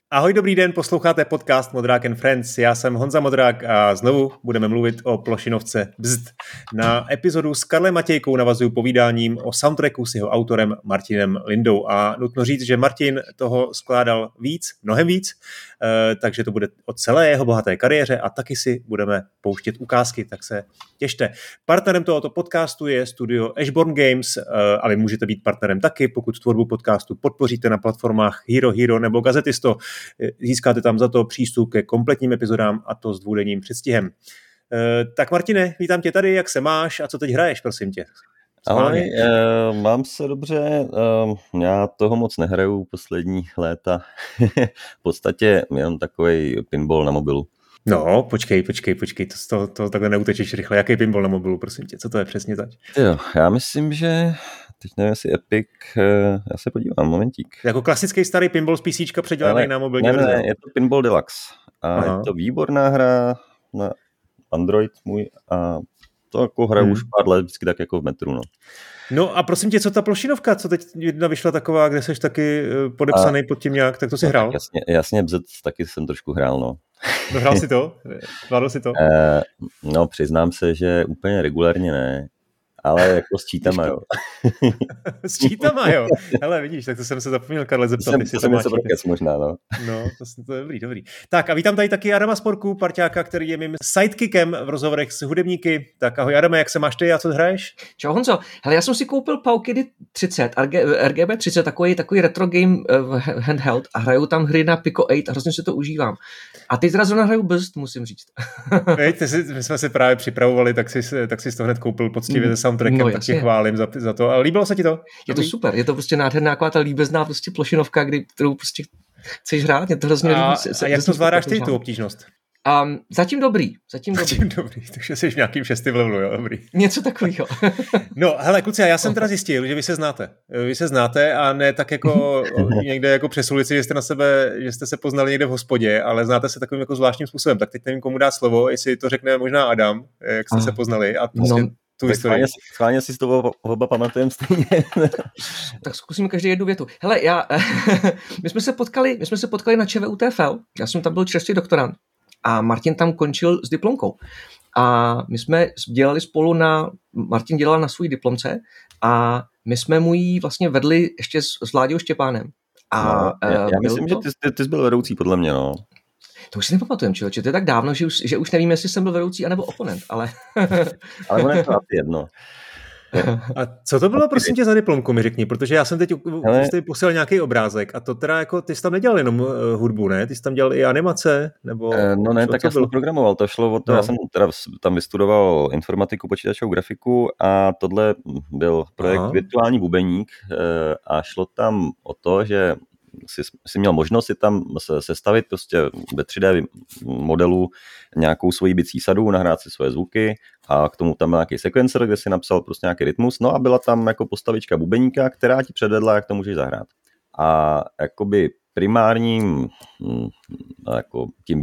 Ahoj, dobrý den, posloucháte podcast Modrák and Friends. Já jsem Honza Modrák a znovu budeme mluvit o plošinovce Bzd. Na epizodu s Karlem Matějkou navazuju povídáním o soundtracku s jeho autorem Martinem Lindou. A nutno říct, že Martin toho skládal mnohem víc, takže to bude o celé jeho bohaté kariéře a taky si budeme pouštět ukázky, tak se těšte. Partnerem tohoto podcastu je studio Ashborn Games a vy můžete být partnerem taky, pokud tvorbu podcastu podpoříte na platformách Hero nebo Gazetisto. Získáte tam za to přístup ke kompletním epizodám a to s dvoudenním předstihem. Tak Martine, vítám tě tady, jak se máš a co teď hraješ, prosím tě? Ahoj, mám se dobře, já toho moc nehraju poslední léta, v podstatě jenom takovej pinball na mobilu. No, počkej, to takhle neutečeš rychle. Jaký pinball na mobilu, prosím tě, co to je přesně teď? Jo, já myslím, že teď nevím, jestli Epic, já se podívám, momentík. Jako klasický starý pinball z PCčka předělaný na mobilní verzi. Ne, je to Pinball Deluxe a je to výborná hra na Android můj a to jako hraju už pár let, vždycky tak jako v metru, no. No a prosím tě, co ta plošinovka, co teď jedna vyšla taková, kde seš taky podepsaný pod tím nějak, tak to si hrál? Jasně, Bzd taky jsem trošku hrál, no. Dohrál si to? Zvládl si to? No, přiznám se, že úplně regulérně ne, ale jako s cheatama, jo. S cheatama, jo. Hele, vidíš, tak to jsem se zapomněl, Karle, zeptat, jestli to máš cheaty. Možná, no. No, to je dobrý. Tak a vítám tady taky Adama Sporku, parťáka, který je mým sidekickem v rozhovorech s hudebníky. Tak ahoj Adame, jak se máš ty a co hraješ? Čau Honzo, hele, já jsem si koupil Pauky 30, RGB 30, takový retro game handheld a hraju tam hry na Pico 8 a hrozně si to užívám. A teď teda zrovna hraju Bzd, musím říct. My jsme se právě připravovali, tak si to hned koupil poctivě se soundtrackem, no, tak tě chválím za to. Ale líbilo se ti to? Je to super, je to prostě nádherná, taková ta líbezná prostě plošinovka, kterou prostě chceš hrát, mě to hrozně líbí. A jak to zvládáš ty, tu obtížnost? Zatím dobrý. Takže jsi v nějakým 6. levelu, jo, dobrý. Něco takového. No, hele, kluci, já jsem teda zjistil, že vy se znáte. Vy se znáte a ne tak jako někde jako přes ulici, že jste se poznali někde v hospodě, ale znáte se takovým jako zvláštním způsobem. Tak teď nevím, komu dát slovo, jestli to řekne možná Adam, jak jste se poznali a prostě tu historii. Schválně si z toho oba pamatujeme stejně. Tak zkusíme každý jednu větu. Hele, my jsme se potkali na ČVUTFL, já jsem tam byl čerstvý doktorant. A Martin tam končil s diplomkou. A my jsme dělali spolu Martin dělal na svůj diplomce a my jsme mu ji vlastně vedli ještě s Vláďou Štěpánem. A já myslím, že ty jsi byl vedoucí, podle mě, no. To už si nepamatujem, člověče, to je tak dávno, že už nevím, jestli jsem byl vedoucí anebo oponent, ale... Ale ono je to asi jedno. A co to bylo, prosím tě, za diplomku, mi řekni, protože já jsem teď posílal nějaký obrázek a to teda jako, ty jsi tam nedělal jenom hudbu, ne? Ty jsi tam dělal i animace, nebo... No ne, tak já jsem programoval, to šlo o to, já jsem teda tam vystudoval informatiku, počítačovou grafiku a tohle byl projekt Virtuální bubeník a šlo tam o to, že si měl možnost si tam sestavit prostě ve 3D modelu nějakou svoji bicí sadu, nahrát si svoje zvuky a k tomu tam byl nějaký sekvencer, kde si napsal prostě nějaký rytmus, no a byla tam jako postavička bubeníka, která ti předvedla, jak to můžeš zahrát. A jakoby primárním jako tím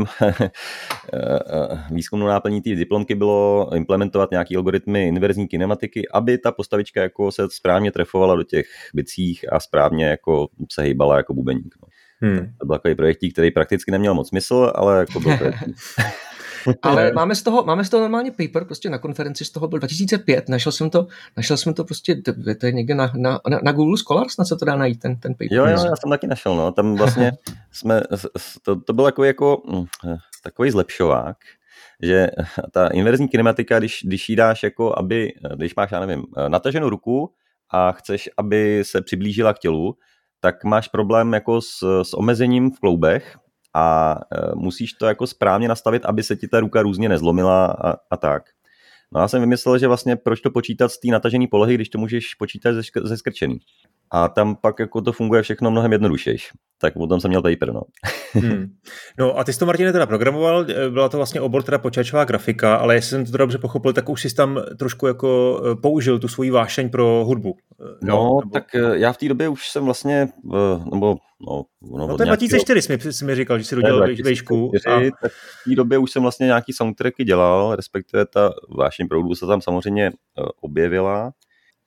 výzkumnou náplní té diplomky bylo implementovat nějaký algoritmy inverzní kinematiky, aby ta postavička jako se správně trefovala do těch bicích a správně jako se hejbala jako bubeník. No. To byl takový projektík, který prakticky neměl moc smysl, ale jako byl projektík. Ale máme z toho normálně paper, prostě na konferenci z toho byl 2005, našel jsem to prostě, to je někde na Google Scholar, snad se to dá najít, ten paper. Jo, já jsem taky našel, no, tam vlastně to byl takový zlepšovák, že ta inverzní kinematika, když jí dáš jako, když máš, já nevím, nataženou ruku a chceš, aby se přiblížila k tělu, tak máš problém jako s omezením v kloubech, a musíš to jako správně nastavit, aby se ti ta ruka různě nezlomila a tak. No já jsem vymyslel, že vlastně proč to počítat z té natažené polohy, když to můžeš počítat ze skrčený. A tam pak jako to funguje všechno mnohem jednodušejš. Tak o tom jsem měl paper, no. No a ty jsi to, Martine, teda programoval, byla to vlastně obor teda počítačová grafika, ale jestli jsem to teda dobře pochopil, tak už jsi tam trošku jako použil tu svoji vášeň pro hudbu. Tak já v té době už jsem vlastně, to je 2004, jsi mi říkal, že jsi dodělal vejšku. Tak v té době už jsem vlastně nějaký soundtracky dělal, respektive ta vášeň pro hudbu se tam samozřejmě objevila.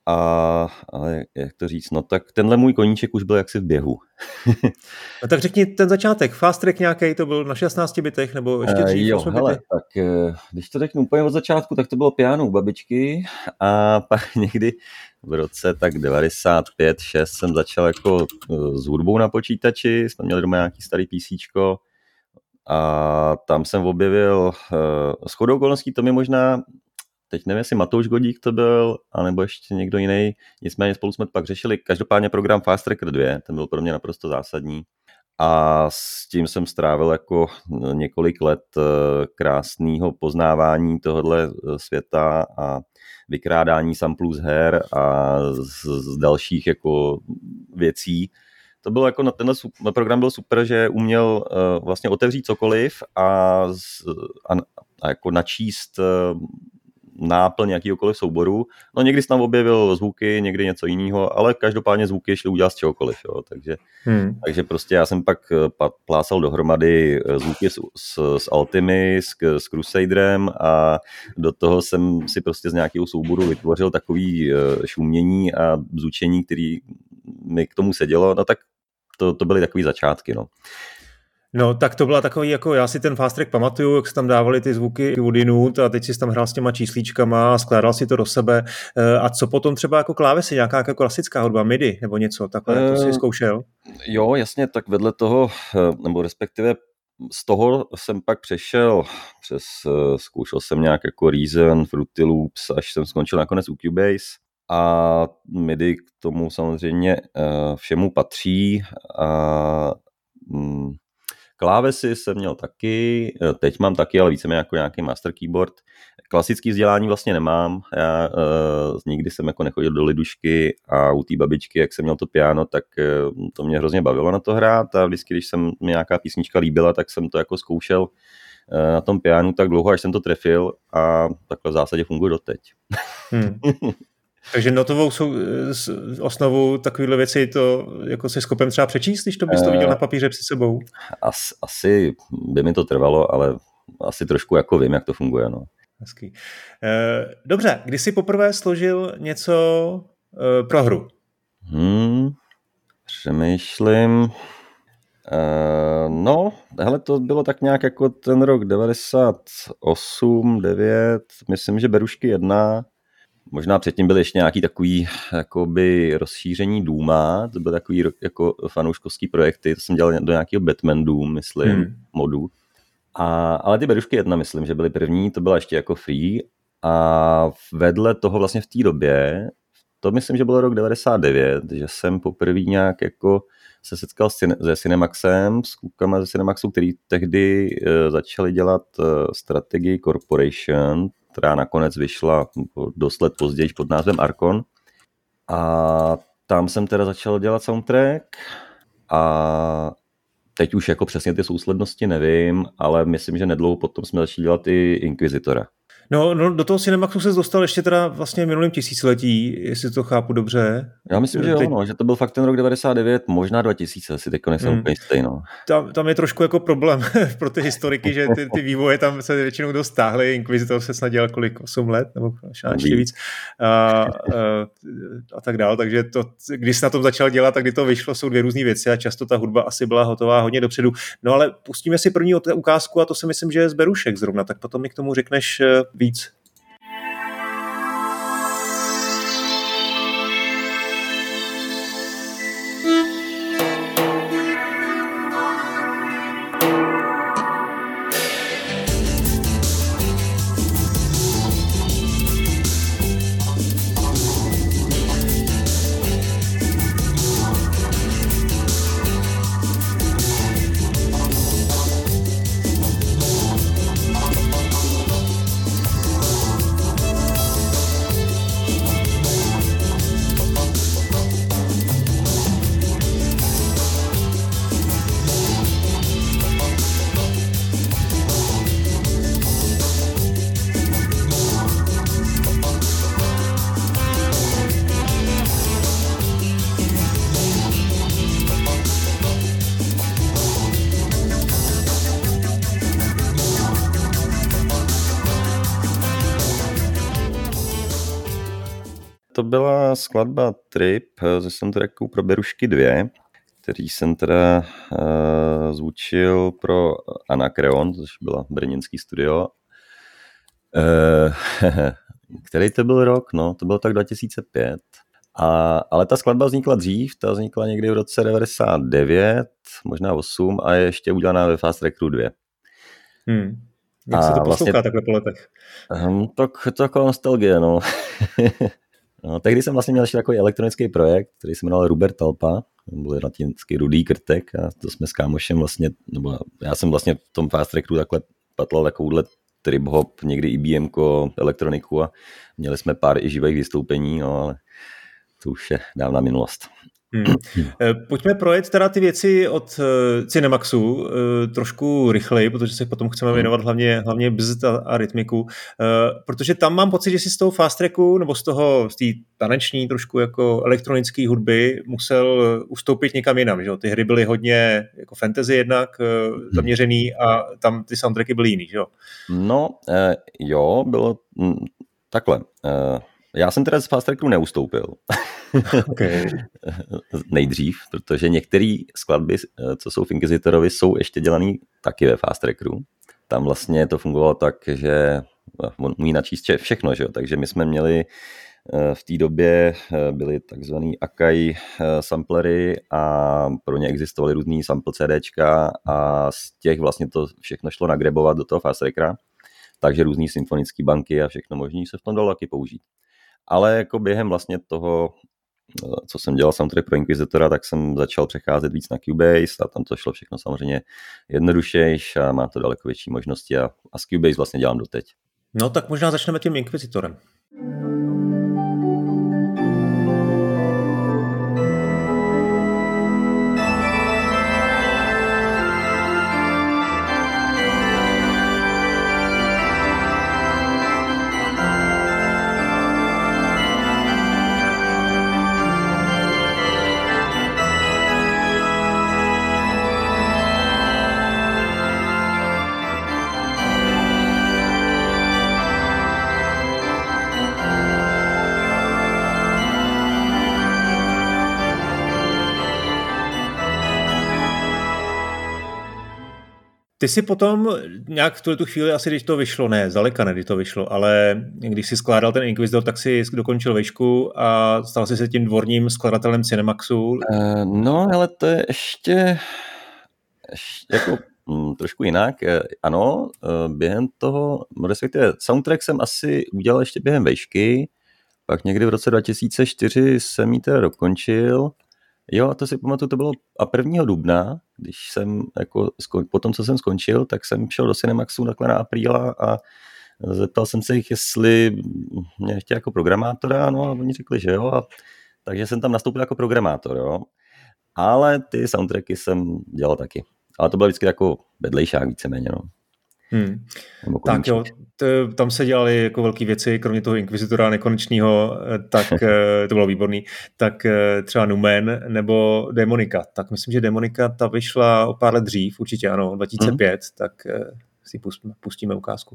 Ale jak to říct, no tak tenhle můj koníček už byl jaksi v běhu. No tak řekni ten začátek, fast track nějaký, to byl na 16 bitech, nebo ještě dřív 8 bitech? Tak když to řeknu úplně od začátku, tak to bylo piano u babičky a pak někdy v roce tak 95-6 jsem začal jako s hudbou na počítači, jsme měli doma nějaký starý PCčko a tam jsem objevil, shodou okolností to mi možná, teď nevím, jestli Matouš Godík to byl, anebo ještě někdo jiný, nicméně spolu jsme pak řešili každopádně program Fast Tracker 2, ten byl pro mě naprosto zásadní a s tím jsem strávil jako několik let krásného poznávání tohohle světa a vykrádání samplů z her a z dalších jako věcí. To bylo jako, tenhle program byl super, že uměl vlastně otevřít cokoliv a jako načíst náplň jakýhokoliv souboru. No někdy jsem tam objevil zvuky, někdy něco jiného, ale každopádně zvuky šly udělat z čehokoliv. Jo. Takže prostě já jsem pak plásal dohromady zvuky s Altimi, s Crusaderem a do toho jsem si prostě z nějakého souboru vytvořil takový šumění a zvučení, který mi k tomu sedělo. No tak to byly takový začátky. No. No, tak to byla takový, jako já si ten fast track pamatuju, jak se tam dávali ty zvuky vodinut a teď si tam hrál s těma číslíčkama a skládal si to do sebe. A co potom třeba jako klávesy, nějaká jako klasická hudba, MIDI nebo něco, takhle, to si zkoušel? Jo, jasně, tak vedle toho, nebo respektive z toho jsem pak přešel zkoušel jsem nějak jako Reason, Fruity Loops, až jsem skončil nakonec u Cubase. A MIDI k tomu samozřejmě všemu patří. Klávesy jsem měl taky, teď mám taky, ale víceméně jako nějaký master keyboard. Klasický vzdělání vlastně nemám, já nikdy jsem jako nechodil do lidušky a u té babičky, jak jsem měl to piano, tak to mě hrozně bavilo na to hrát a vždycky, když jsem mi nějaká písnička líbila, tak jsem to jako zkoušel na tom pianu tak dlouho, až jsem to trefil a takhle v zásadě funguje doteď. Takže notovou osnovu takovéhle věci to jako si schopem třeba přečíst, když to bys to viděl na papíře před sebou? Asi by mi to trvalo, ale asi trošku jako vím, jak to funguje. No. Hezký. Dobře, kdy jsi poprvé složil něco pro hru? Přemýšlím. No, hele, to bylo tak nějak jako ten rok 98, 9, myslím, že Berušky 1. Možná předtím byly ještě nějaký takový jakoby rozšíření Dooma, to byly takový jako fanouškovský projekty, to jsem dělal do nějakého Batman Doom, myslím, modu. Ale ty Berušky 1, myslím, že byly první, to byla ještě jako free a vedle toho vlastně v té době, to myslím, že bylo rok 99, že jsem poprvé nějak jako se setkal se Cinemaxem, s klukama ze Cinemaxu, který tehdy začali dělat strategii Corporation, která nakonec vyšla dost let později pod názvem Arkon. A tam jsem teda začal dělat soundtrack a teď už jako přesně ty souslednosti nevím, ale myslím, že nedlouho potom jsme začali dělat i Inquisitora. No, do toho Cinemaxu se dostal ještě teda vlastně v minulém tisíciletí, jestli to chápu dobře. Já myslím, že jo, no, že to byl fakt ten rok 99, možná 2000, si teďko nejsem úplně jistý, no. Tam je trošku jako problém pro ty historiky, že ty vývoje tam se většinou dost stáhly, Inquisitor se snad dělal kolik, 8 let, nebo ještě víc a tak dál, takže to, když jsi na tom začal dělat, tak kdy to vyšlo, jsou dvě různé věci a často ta hudba asi byla hotová hodně dopředu. No ale pustíme si první ukázku a to si myslím, že je z Berušek zrovna, tak potom mi k tomu řekneš víc. To byla skladba Trip ze soundtracku pro Berušky 2, který jsem teda zvučil pro Anakreon, což byla brněnský studio. Který to byl rok? No, to bylo tak 2005. Ale ta skladba vznikla dřív, ta vznikla někdy v roce 99, možná 8 a je ještě udělaná ve Fast Trackeru 2. Jak se to poslouchá takhle po letech? To taková nostalgie, no. No, tehdy jsem vlastně měl ještě takový elektronický projekt, který se jmenoval Ruber Talpa, byl latinský Rudý krtek a to jsme s kámošem vlastně, nebo já jsem vlastně v tom Fast Trackeru takhle patlal takovouhle trip-hop, někdy IBMko, elektroniku a měli jsme pár i živých vystoupení, no, ale to už je dávná minulost. Pojďme projet teda ty věci od Cinemaxu trošku rychleji, protože se potom chceme věnovat hlavně bzd a rytmiku, protože tam mám pocit, že si z toho fast tracku nebo z té taneční trošku jako elektronické hudby musel ustoupit někam jinam, že? Ty hry byly hodně jako fantasy jednak zaměřený a tam ty soundtracky byly jiný, že jo? No, jo, bylo takhle. Já jsem teda z Fast Trackeru neustoupil. Okay. Nejdřív, protože některé skladby, co jsou v Inquisitorovi, jsou ještě dělané taky ve Fast Trackeru. Tam vlastně to fungovalo tak, že můj načíst všechno, že jo? Takže my jsme měli v té době byly takzvaný Akai samplery a pro ně existovaly různý sample CDčka a z těch vlastně to všechno šlo nagrabovat do toho Fast Trackera. Takže různý symfonické banky a všechno možné se v tom dalo taky použít. Ale jako během vlastně toho, co jsem dělal soundtrack pro Inquisitora, tak jsem začal přecházet víc na Cubase a tam to šlo všechno samozřejmě jednodušejš a má to daleko větší možnosti a s Cubase vlastně dělám doteď. No tak možná začneme tím Inquisitorem. Ty si potom nějak v tu chvíli, asi když to vyšlo, ne, zdaleka ne, když to vyšlo, ale když si skládal ten Inquisitor, tak si dokončil vejšku a stal si se tím dvorním skladatelem Cinemaxu. No, ale to je ještě jako trošku jinak. Ano, během toho, respektive soundtrack jsem asi udělal ještě během vejšky, pak někdy v roce 2004 jsem ji teda dokončil. Jo, a to si pamatuju, to bylo a 1. dubna, když jsem jako po tom, co jsem skončil, tak jsem šel do Cinemaxu takhle na apríla a zeptal jsem se jich, jestli mě chtěli jako programátora, no a oni řekli, že jo, a takže jsem tam nastoupil jako programátor, jo. Ale ty soundtracky jsem dělal taky. Ale to bylo vždycky jako vedlejšák víceméně, no. Tak jo, tam se dělaly jako velké věci, kromě toho Inquisitora nekonečného, tak to bylo výborný, tak třeba Numen nebo Demonika. Tak myslím, že Demonika ta vyšla o pár let dřív, určitě ano, 2005, tak si pustíme ukázku.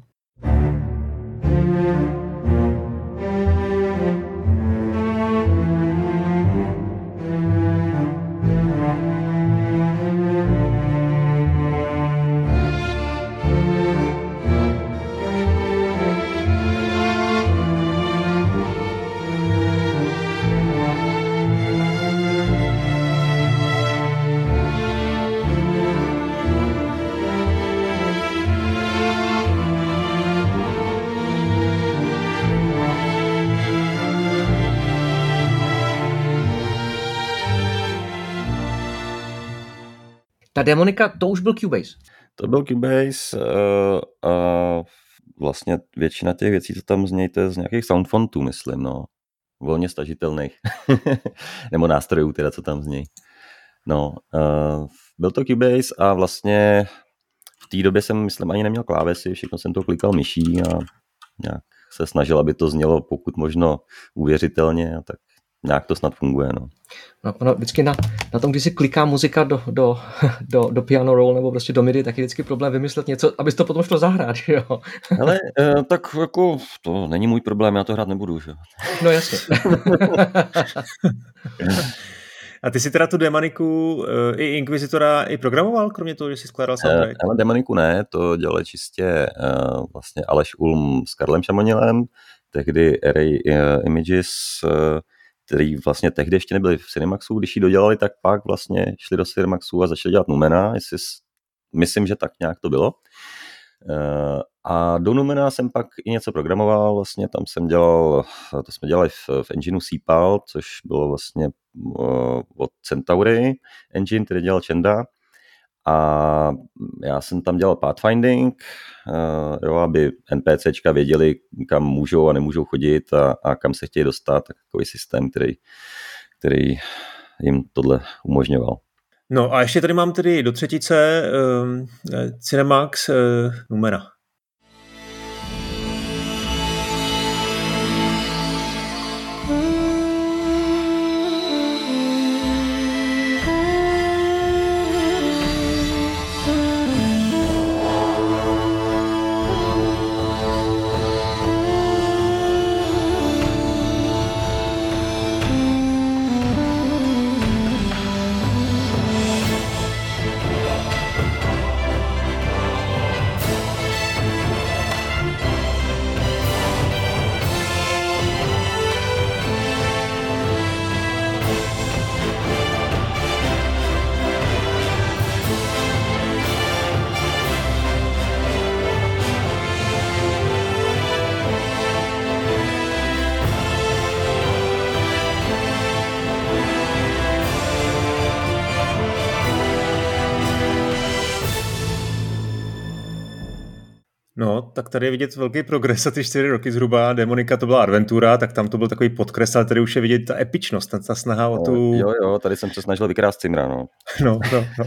Ta Demonika, to už byl Cubase. To byl Cubase a vlastně většina těch věcí, co tam znějí, to je z nějakých soundfontů, myslím, no. Volně stažitelných. Nebo nástrojů teda, co tam znějí. No, byl to Cubase a vlastně v té době jsem, myslím, ani neměl klávesy, všechno jsem to klikal myší a nějak se snažil, aby to znělo pokud možno uvěřitelně a tak nějak to snad funguje, no. No, vždycky na tom, když si kliká muzika do piano roll nebo prostě do MIDI, tak je vždycky problém vymyslet něco, abys to potom šlo zahrát, jo. Ale tak jako to není můj problém, já to hrát nebudu, že? No jasně. A ty si teda tu demoniku i Inquisitora i programoval, kromě toho, že jsi skládal soundtrack? Ale demoniku ne, to dělali čistě vlastně Aleš Ulm s Karlem Šamonilem, tehdy Array Images, který vlastně tehdy ještě nebyli v Cinemaxu, když ji dodělali, tak pak vlastně šli do Cinemaxu a začali dělat Numena, myslím, že tak nějak to bylo. A do Numena jsem pak i něco programoval, vlastně tam jsem dělal, to jsme dělali v engineu CPAL, což bylo vlastně od Centaury engine, který dělal Čenda. A já jsem tam dělal pathfinding, aby NPCčka věděli, kam můžou a nemůžou chodit a kam se chtějí dostat, takový systém, který jim tohle umožňoval. No a ještě tady mám tedy do třetice Cinemax Numera. No, tak tady je vidět velký progres za ty 4 roky zhruba. Demonika to byla adventura, tak tam to byl takový podkres, ale tady už je vidět ta epičnost, ta snaha o tu... Jo, tady jsem se snažil vykrást Cimra, no. No.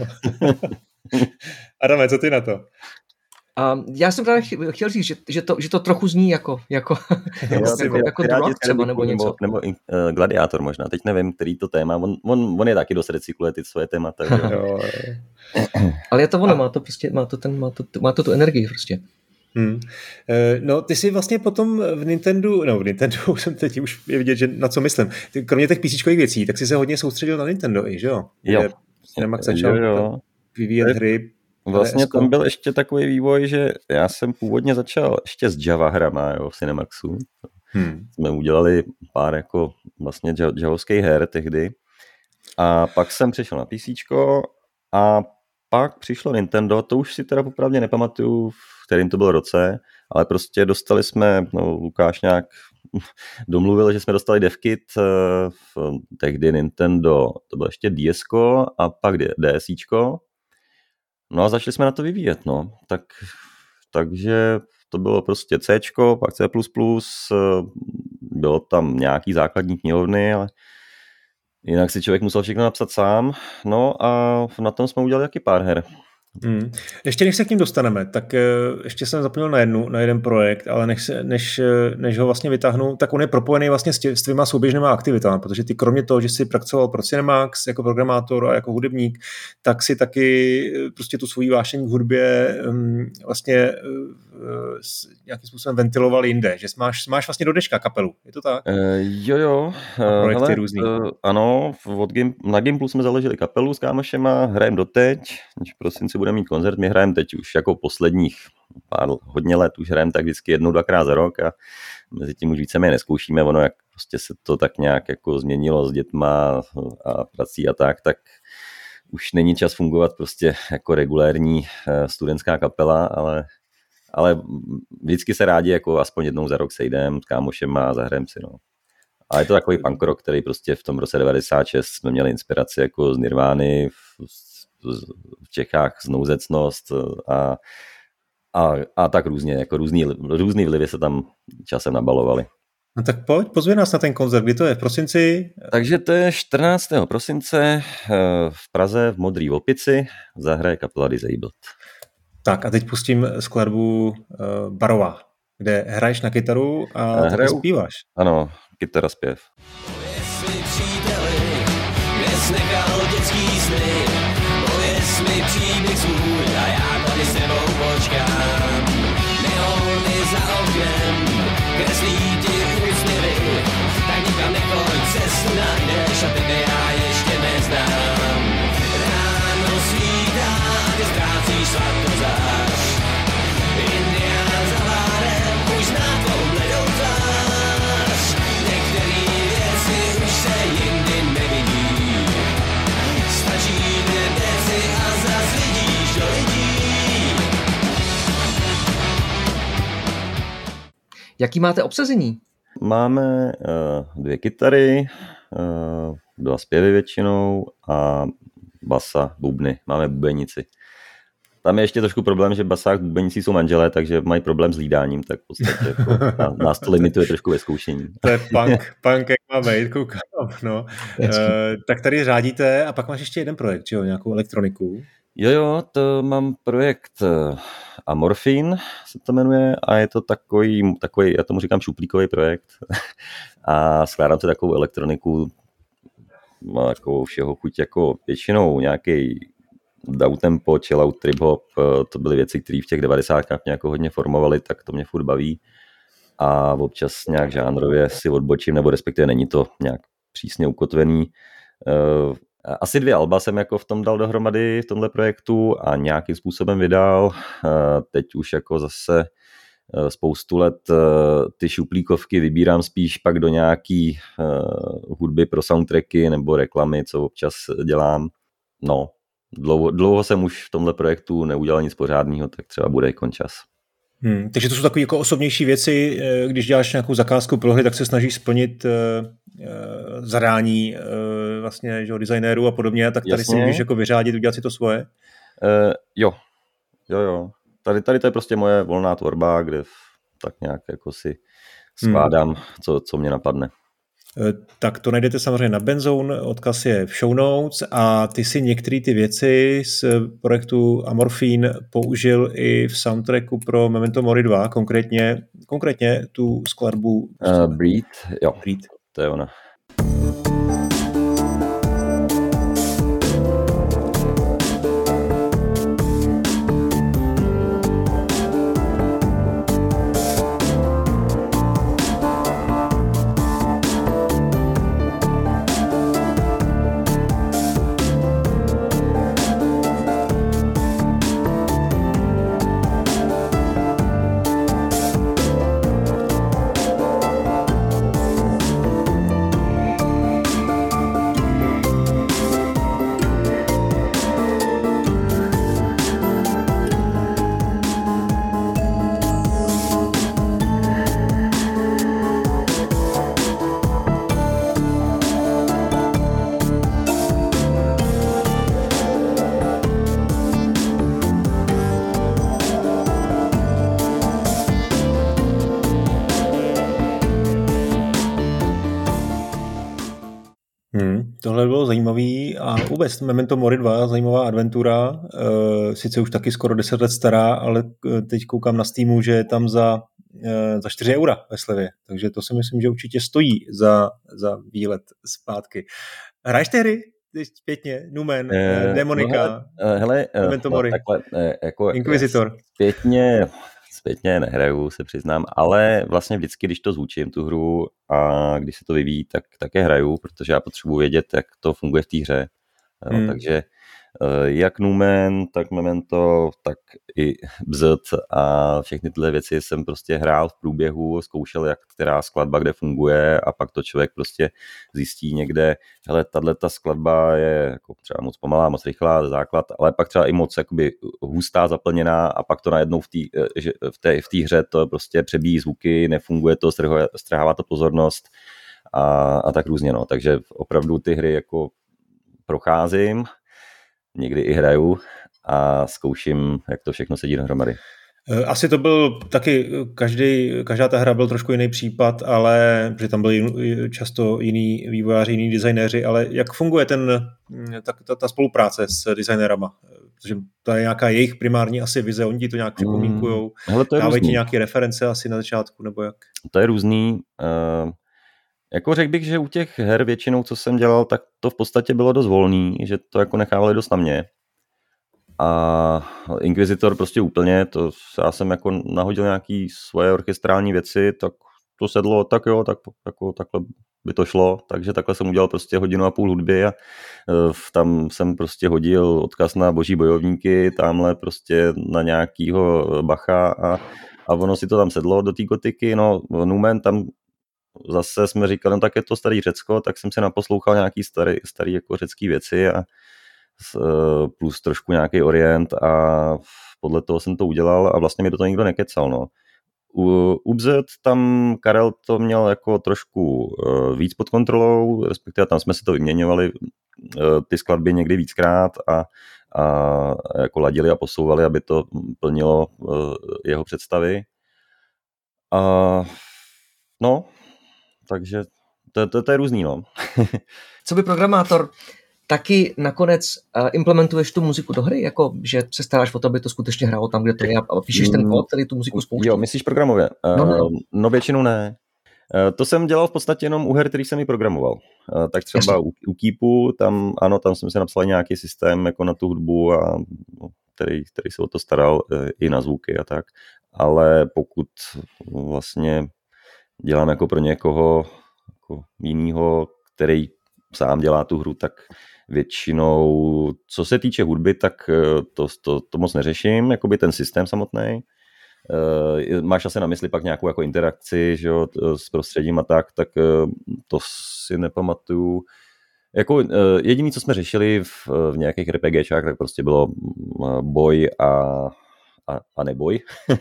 Adame, co ty na to? Já jsem právě chtěl říct, že to trochu zní jako Drak třeba nebo něco. Nebo Gladiátor možná, teď nevím, který to téma, on je taky dost recykluje ty svoje témata. Ale je to ono, má to tu energii prostě. No, ty si vlastně potom v Nintendo jsem teď už je vidět, že na co myslím. Ty, kromě těch písíčkových věcí, tak si se hodně soustředil na Nintendo, že jo? Jo. Cinemax začal vyvíjet hry. Vlastně tam byl ještě takový vývoj, že já jsem původně začal ještě s Java hrama, jo, v Cinemaxu. Jsme udělali pár jako vlastně javovských her tehdy. A pak jsem přišel na PCčko a pak přišlo Nintendo, to už si teda popravdě nepamatuju, v kterým to byl roce, ale prostě dostali jsme, Lukáš nějak domluvil, že jsme dostali devkit tehdy Nintendo, to bylo ještě DSko a pak DSičko. No a začali jsme na to vyvíjet, takže to bylo prostě Cčko, pak C++, bylo tam nějaký základní knihovny, ale jinak si člověk musel všechno napsat sám, no a na tom jsme udělali taky pár her. Ještě než se k ním dostaneme, tak ještě jsem zapomněl na jeden projekt, ale než ho vlastně vytáhnu, tak on je propojený vlastně s tvýma souběžnýma aktivitami, protože ty kromě toho, že jsi pracoval pro Cinemax jako programátor a jako hudebník, tak si taky prostě tu svou vášeň k hudbě vlastně nějakým způsobem ventiloval jinde, že máš vlastně do dneška kapelu, je to tak? Jo. Projekty různý. Ano, na Gimplu jsme založili kapelu s kámošema, hrajeme doteď, v prosinci budeme mít koncert, my hrajeme teď už jako posledních hodně let, už hrajeme tak vždycky 1-2krát za rok a mezi tím už víceméně neskoušíme, ono jak prostě se to tak nějak jako změnilo s dětma a prací a tak už není čas fungovat prostě jako regulérní studentská kapela, ale vždycky se rádi jako aspoň jednou za rok sejdem s kámošem a zahrajeme si, A je to takový punk rock, který prostě v tom roce 96 jsme měli inspiraci jako z Nirvány, v Čechách znouzecnost a tak různě, jako různý vlivy se tam časem nabalovaly. No tak pojď, pozvi nás na ten koncert, kdy to je, v prosinci? Takže to je 14. prosince v Praze v Modrý Opici, zahraje kapela Disabled. Tak a teď pustím skladbu Barová, kde hraješ na kytaru a zpíváš. Ano, kytara, zpěv. mi příteli, kde jsi nechal dětský sny. Pověz mi příběh svůj a já tady s tebou počkám. Neony za oknem, kreslí ti úsměvy, tak nikam nechoď, cestu najdeš a tebe já ještě neznám. Ráno svítá a ty ztrácíš svatkozář. Indián za bárem už zná tvou bledou tvář. Některý věci už se jindy nevidí. Stačí dvě deci a zas vidíš do lidí. Jaký máte obsazení? Máme 2 kytary, 2 zpěvy většinou a basa, bubny. Máme bubenici. Tam je ještě trošku problém, že basák a bubenici jsou manželé, takže mají problém s hlídáním, tak v podstatě jako nás to limituje trošku ve zkoušení. To je punk jak má být, koukám. No. Tak tady řádíte a pak máš ještě jeden projekt, že jo, nějakou elektroniku. Jo, to mám projekt Amorphine se to jmenuje a je to takový já tomu říkám šuplíkový projekt a skládám to takovou elektroniku, má takovou všeho chuť jako většinou nějaký downtempo, chillout, trip-hop, to byly věci, které v těch 90kách mě jako hodně formovaly, tak to mě furt baví a občas nějak žánrově si odbočím, nebo respektive není to nějak přísně ukotvený. Asi 2 alba jsem jako v tom dal dohromady v tomhle projektu a nějakým způsobem vydal. Teď už jako zase spoustu let ty šuplíkovky vybírám spíš pak do nějaký hudby pro soundtracky nebo reklamy, co občas dělám. No, dlouho jsem už v tomhle projektu neudělal nic pořádného, tak třeba bude i čas. Takže to jsou takové jako osobnější věci, když děláš nějakou zakázku pro hry, tak se snažíš splnit zadání vlastně, že, designérů a podobně, tak tady Jasně. si můžeš jako vyřádit, udělat si to svoje? Jo. Tady to je prostě moje volná tvorba, kde tak nějak jako si skládám, co mě napadne. Tak to najdete samozřejmě na Benzone, odkaz je v show notes a ty si některé ty věci z projektu Amorphine použil i v soundtracku pro Memento Mori 2, konkrétně tu skladbu Breed, jo, Breed. To je ona. Tohle bylo zajímavý a vůbec Memento Mori 2, zajímavá adventura, sice už taky skoro 10 let stará, ale teď koukám na Steamu, že je tam za 4 € ve slevě, takže to si myslím, že určitě stojí za výlet zpátky. Hraješ ty hry? Zpětně, Numen, Demonika, Memento Mori, jako Inquisitor. Zpětně nehraju, se přiznám, ale vlastně vždycky, když to zvučím, tu hru, a když se to vyvíjí, tak také hraju, protože já potřebuji vědět, jak to funguje v té hře. Takže jak Numen, tak Memento, tak i Bzd a všechny tyhle věci jsem prostě hrál v průběhu, zkoušel, jak která skladba kde funguje a pak to člověk prostě zjistí někde, hele, tato skladba je jako třeba moc pomalá, moc rychlá, základ, ale pak třeba i moc jakoby hustá, zaplněná a pak to najednou v té hře to prostě přebíjí zvuky, nefunguje to, strhává to pozornost a tak různě, no. Takže opravdu ty hry jako procházím, někdy i hraju a zkouším, jak to všechno sedí dohromady. Asi to byl taky, každá ta hra byl trošku jiný případ, ale že tam byli často jiní vývojáři, jiní designéři, ale jak funguje ta spolupráce s designérama? Protože to je nějaká jejich primární asi vize, oni ti to nějak připomínkujou, dávají ti nějaké reference asi na začátku, nebo jak? To je různý. Jako řekl bych, že u těch her většinou, co jsem dělal, tak to v podstatě bylo dost volný, že to jako nechávali dost na mě. A Inquisitor prostě úplně, to já jsem jako nahodil nějaký svoje orchestrální věci, tak to sedlo, tak jo, tak jako takhle by to šlo, takže takhle jsem udělal prostě 1.5 hodiny hudby a tam jsem prostě hodil odkaz na boží bojovníky, tamhle prostě na nějakýho Bacha a ono si to tam sedlo do té gotiky, no Numen tam zase jsme říkali, no tak je to starý Řecko, tak jsem si naposlouchal nějaký starý jako řecký věci a plus trošku nějaký Orient a podle toho jsem to udělal a vlastně mi do toho nikdo nekecal, no. U Ubzet tam Karel to měl jako trošku víc pod kontrolou, respektive tam jsme si to vyměňovali ty skladby někdy víckrát a jako ladili a posouvali, aby to plnilo jeho představy. No, takže to je různý, no. Co by programátor, taky nakonec implementuješ tu muziku do hry, jako že se staráš o to, aby to skutečně hrálo tam, kde to je a píšeš ten kód, který tu muziku spouští? Jo, myslíš programově? No většinou ne. To jsem dělal v podstatě jenom u her, který jsem ji programoval. Tak třeba u Keepu, tam jsem si napsal nějaký systém jako na tu hudbu, a který se o to staral i na zvuky a tak. Ale pokud vlastně dělám jako pro někoho jako jinýho, který sám dělá tu hru, tak většinou, co se týče hudby, tak to moc neřeším, jakoby ten systém samotný. Máš asi na mysli pak nějakou jako interakci, že jo, s prostředím a tak to si nepamatuju. Jako jediný, co jsme řešili v nějakých RPGčách, tak prostě bylo boj a neboj.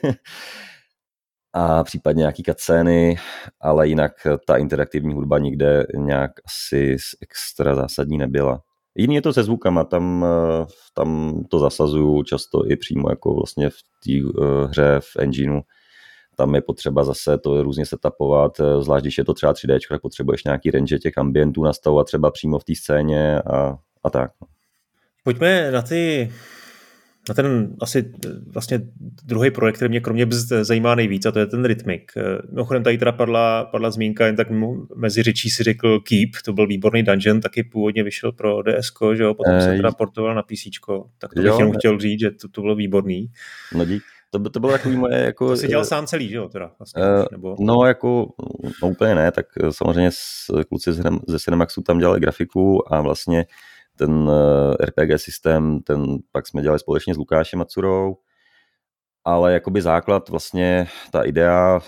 A případně nějaký cutscény, ale jinak ta interaktivní hudba nikde nějak asi extra zásadní nebyla. Jiný je to se zvukama, tam to zasazuju často i přímo jako vlastně v té hře v engineu. Tam je potřeba zase to různě setupovat, zvlášť když je to třeba 3D, tak potřebuješ nějaký range těch ambientů nastavovat třeba přímo v té scéně a tak. Pojďme na ten asi vlastně druhý projekt, který mě kromě zajímá nejvíc, a to je ten Rhythmic. Mimochodem tady teda padla zmínka, jen tak mezi řečí si řekl Keep, to byl výborný dungeon, taky původně vyšel pro DSko, že jo, potom se teda portoval na PCčko, tak to bych jenom chtěl říct, že to bylo výborný. No dík. To bylo takový moje jako... To jsi dělal sám celý, že jo, teda vlastně, nebo... No jako, no úplně ne, tak samozřejmě kluci ze Cinemaxu tam dělali grafiku a vlastně ten RPG systém, ten pak jsme dělali společně s Lukášem Macurou, ale jakoby základ vlastně, ta idea,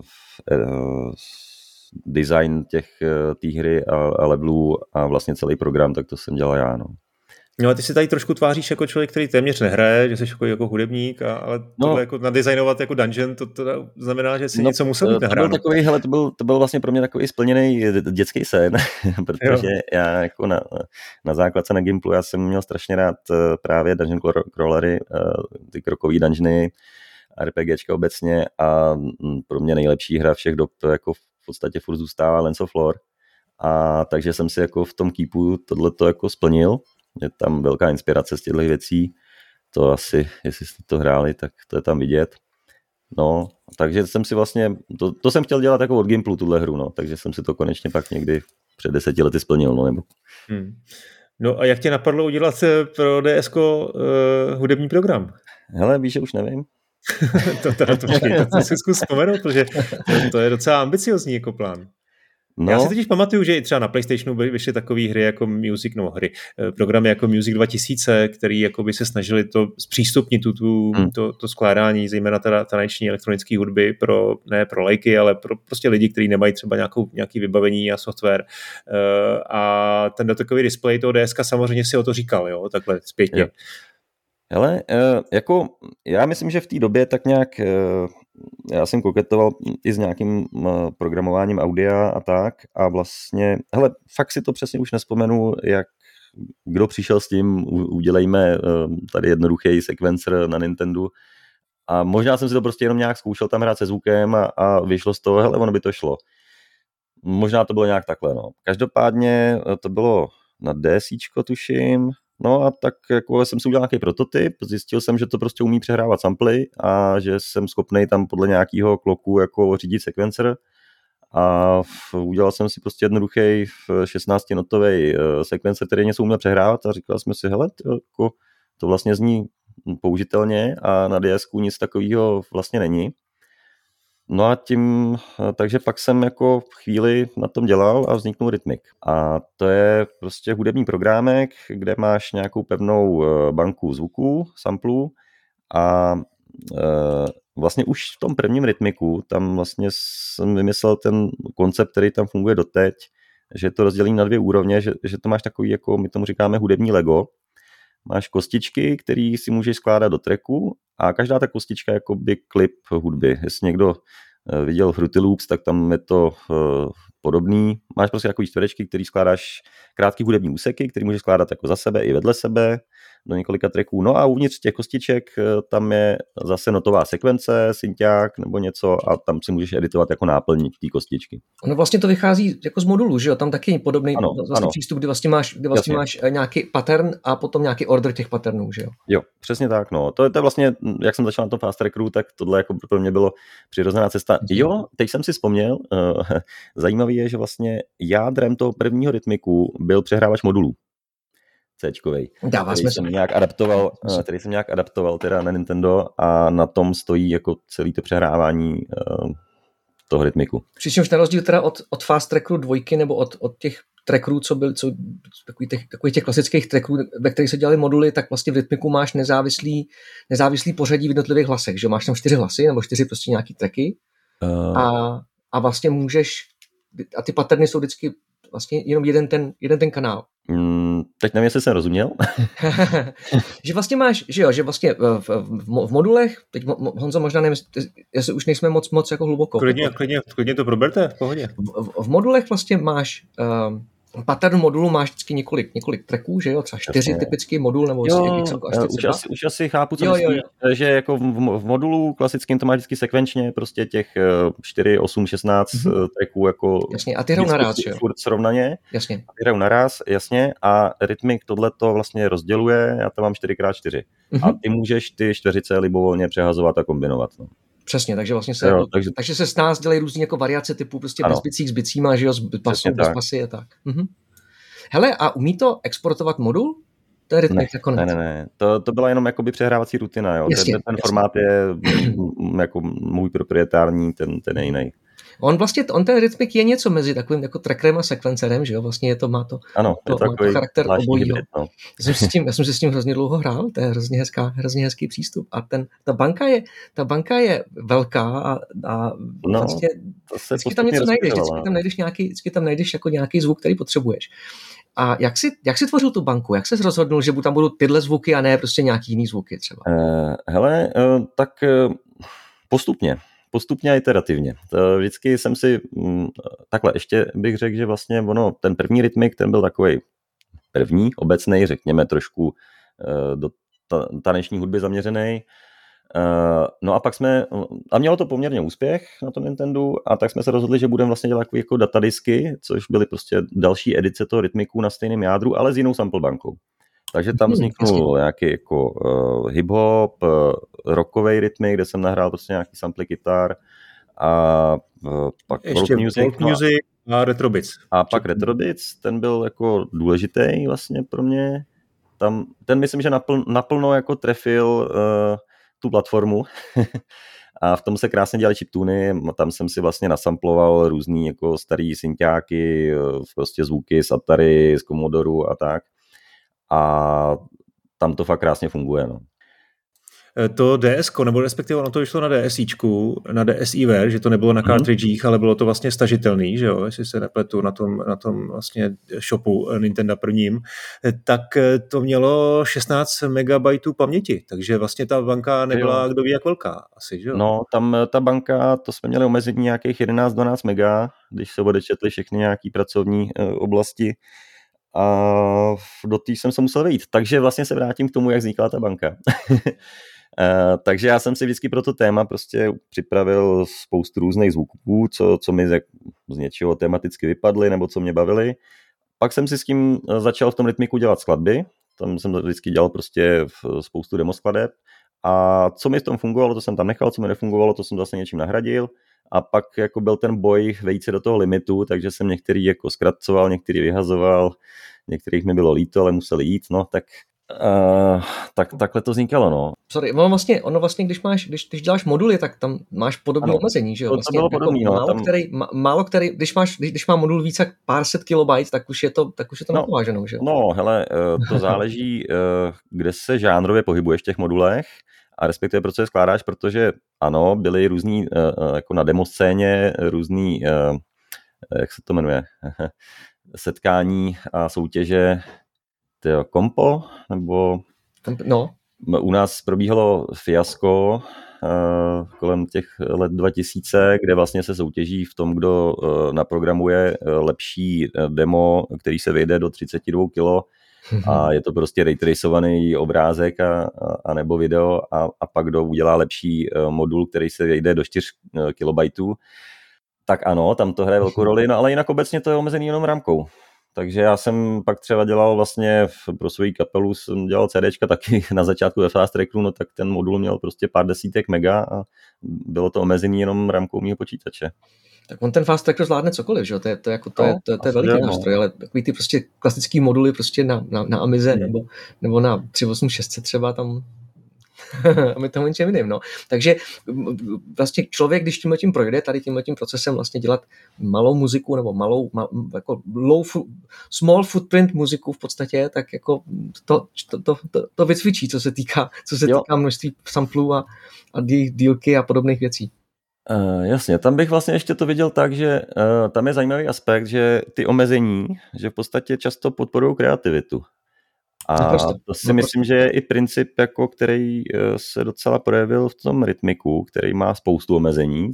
design té hry a levelů a vlastně celý program, tak to jsem dělal já, no. No a ty si tady trošku tváříš jako člověk, který téměř nehraje, že jsi jako hudebník, ale tohle jako nadizajnovat jako dungeon, to znamená, že si něco musel mít nahrát. To byl vlastně pro mě takový splněný dětský sen, protože já jako na základce na Gimplu já jsem měl strašně rád právě dungeon crawlery, ty krokový dungeony, RPGčka obecně a pro mě nejlepší hra všech dob to jako v podstatě furt zůstává Lands of Lore. A takže jsem si jako v tom Keepu tohleto jako splnil. Je tam velká inspirace z těchto věcí. To asi, jestli jste to hráli, tak to je tam vidět. No, takže jsem si vlastně, to jsem chtěl dělat jako od Gimplu, tuhle hru, no, takže jsem si to konečně pak někdy před 10 lety splnil, no, nebo. No a jak tě napadlo udělat pro DSko hudební program? Hele, víš, že už nevím. to si zkus vzpomenout, protože to je docela ambiciozní jako plán. No. Já si totiž pamatuju, že i třeba na PlayStationu vyšly takové hry jako programy jako Music 2000, který jakoby se snažili to zpřístupnit to skládání, zejména teda taneční elektronické hudby ne pro lajky, ale pro prostě lidi, kteří nemají třeba nějaký vybavení a software. A ten dotakový displej toho DSka samozřejmě si o to říkal, jo, takhle zpětně. Jo. Hele, jako já myslím, že v té době tak nějak já jsem koketoval i s nějakým programováním audia a tak a vlastně, hele, fakt si to přesně už nespomenu, kdo přišel s tím, udělejme tady jednoduchý sequencer na Nintendo a možná jsem si to prostě jenom nějak zkoušel tam hrát se zvukem a vyšlo z toho, hele, ono by to šlo. Možná to bylo nějak takhle, no. Každopádně to bylo na DSíčko, tuším. No a tak jako jsem si udělal nějaký prototyp, zjistil jsem, že to prostě umí přehrávat samply a že jsem schopnej tam podle nějakého kloku jako řídit sekvencer a udělal jsem si prostě jednoduchý 16-notový sekvencer, který něco uměl přehrávat a říkal jsme si, hele, to vlastně zní použitelně a na DSku nic takového vlastně není. No a takže pak jsem jako chvíli na tom dělal a vzniknul Rhythmic. A to je prostě hudební programek, kde máš nějakou pevnou banku zvuků, samplů a vlastně už v tom prvním Rhythmicu tam vlastně jsem vymyslel ten koncept, který tam funguje doteď, že to rozdělím na 2 úrovně, že to máš takový, jako my tomu říkáme hudební Lego. Máš kostičky, které si můžeš skládat do tracku a každá ta kostička je jakoby klip hudby. Jestli někdo viděl Fruity Loops, tak tam je to podobný. Máš prostě takový čtverečky, který skládáš krátký hudební úseky, který můžeš skládat jako za sebe i vedle sebe do několika tracků. No a uvnitř těch kostiček tam je zase notová sekvence, synťák nebo něco a tam si můžeš editovat jako náplň té kostičky. No vlastně to vychází jako z modulu, že jo? Tam taky podobný vlastně přístup, kdy vlastně máš nějaký pattern a potom nějaký order těch patternů, že jo? Jo, přesně tak, no. To je vlastně, jak jsem začal na tom Fast Trackeru, tak tohle jako pro mě bylo přirozená cesta. Jo, teď jsem si vzpomněl, zajímavý je, že vlastně jádrem toho prvního Rhythmicu byl přehrávač modulů. C-čkovej, který jsem nějak adaptoval teda na Nintendo a na tom stojí jako celý to přehrávání toho Rhythmicu. Přičemž na rozdíl teda od Fast Trackeru 2 nebo od těch trackerů, co takových těch klasických trackerů, ve kterých se dělaly moduly, tak vlastně v Rhythmicu máš nezávislý pořadí v jednotlivých hlasech, že máš tam 4 hlasy nebo 4 prostě nějaký tracky a vlastně můžeš, a ty patterny jsou vždycky vlastně jenom jeden ten kanál. Teď nevím, jestli jsem rozuměl. Že vlastně máš, že vlastně v modulech, teď Honzo možná nevím, jestli už nejsme moc jako hluboko. Klidně to proberte, v pohodě. V modulech vlastně máš pattern modulu máš vždycky několik tracků, že jo, třeba 4 typický modul, nebo už asi chápu, co myslíš, že jako v modulu klasickým to máš vždycky sekvenčně prostě těch 4, 8, 16 tracků jako jasně, a ty hrajou naraz, jo. Furt srovnaně. Jasně. A ty hrajou naraz, jasně, a Rhythmic tohleto vlastně rozděluje, já tam mám 4x4. A ty můžeš ty čtveřice libovolně přehazovat a kombinovat, no. Přesně, takže vlastně takže se s nás dělají různý jako variace typu prostě bez bicích s bicíma, že jo, z pasů, bez pasy a tak. Hele, a umí to exportovat modul? To je Rhythmic jako ne. To byla jenom jakoby přehrávací rutina, jo. Jasně, ten formát je jako můj proprietární, ten je jiný. On ten Rhythmic je něco mezi takovým jako trackerem a sekvencerem, že jo, vlastně má to charakter obojího. No. Já jsem si s tím hrozně dlouho hrál, to je hrozně hezký přístup a ta banka je velká a vlastně vždycky tam něco najdeš, vždycky tam najdeš jako nějaký zvuk, který potřebuješ. A jak jsi tvořil tu banku? Jak jsi rozhodnul, že tam budou tyhle zvuky a ne prostě nějaký jiný zvuky třeba? Tak postupně a iterativně. Vždycky jsem si, takhle ještě bych řekl, že vlastně ten první Rhythmic, ten byl takovej první, obecnej, řekněme trošku do taneční hudby zaměřený. No a pak a mělo to poměrně úspěch na tom Nintendo a tak jsme se rozhodli, že budeme vlastně dělat jako datadisky, což byly prostě další edice toho Rhythmicu na stejném jádru, ale s jinou sample bankou. Takže tam vzniknul nějaký jako hip-hop, rockovej Rhythmic, kde jsem nahrál prostě nějaký sample kytar a pak ještě folk music a Retrobits. A pak Retrobits, ten byl jako důležitý vlastně pro mě. Ten myslím, že naplno jako trefil tu platformu a v tom se krásně dělaly chiptuny, tam jsem si vlastně nasamploval různý jako starý synťáky, prostě zvuky z Atari, z Commodoru a tak. A tam to fakt krásně funguje, no. To DSko, nebo respektive ono to vyšlo na DSičku, na DSiWare, že to nebylo na cartridgech, ale bylo to vlastně stažitelný, že jo, jestli se nepletu na tom vlastně shopu Nintendo prvním, tak to mělo 16 MB paměti, takže vlastně ta banka nebyla kdo ví jak velká asi, že jo? No, tam ta banka, to jsme měli omezení nějakých 11-12 MB, když se odečetli všechny nějaký pracovní oblasti, a do té jsem se musel vejít. Takže vlastně se vrátím k tomu, jak vznikla ta banka. Takže já jsem si vždycky pro to téma prostě připravil spoustu různých zvuků, co mi z něčeho tematicky vypadly nebo co mě bavily. Pak jsem si s tím začal v tom Rhythmicu dělat skladby. Tam jsem vždycky dělal prostě spoustu demoskladeb. A co mi v tom fungovalo, to jsem tam nechal, co mi nefungovalo, to jsem zase něčím nahradil. a pak jako byl ten boj vejít se do toho limitu, takže jsem některý jako zkracoval, některý vyhazoval, některých mi bylo líto, ale museli jít, no tak takhle to vznikalo, no. Sorry, ono vlastně, když děláš moduly, tak tam máš podobné omezení, že jo? Vlastně, to bylo podobný, jako no. Málo který, když má modul více jak pár set kilobajt, tak už je to napováženou, že jo? No, hele, to záleží, kde se žánrově pohybuješ v těch modulech a respektive proč je skládáš, protože ano, byly různý, jako na demoscéně, různý, jak se to jmenuje, setkání a soutěže, kompo, nebo... No. U nás probíhalo fiasko kolem těch let 2000, kde vlastně se soutěží v tom, kdo naprogramuje lepší demo, který se vejde do 32 kilo a je to prostě raytracovaný obrázek a nebo video a pak kdo udělá lepší modul, který se vejde do 4 kilobajtů. Tak ano, tam to hraje velkou roli, no ale jinak obecně to je omezený jenom rámkou. Takže já jsem pak třeba dělal vlastně pro svou kapelu, jsem dělal CDčka taky na začátku ve Fast Tracku, no tak ten modul měl prostě pár desítek mega a bylo to omezený jenom rámkou mýho počítače. Tak on ten Fast Tracker zvládne cokoliv, že? To je veliký nástroj, ale takový ty prostě klasický moduly prostě na Amize nebo na 386 třeba tam a my tomu ničem jiným, no. Takže vlastně člověk, když tím projde, tady tímhletím procesem vlastně dělat malou muziku nebo jako small footprint muziku v podstatě, tak jako to vycvičí, co se týká množství samplů a dílky a podobných věcí. Jasně, tam bych vlastně ještě to viděl tak, že tam je zajímavý aspekt, že ty omezení, že v podstatě často podporují kreativitu. A to si myslím, že je i princip, jako který se docela projevil v tom Rytmiku, který má spoustu omezení.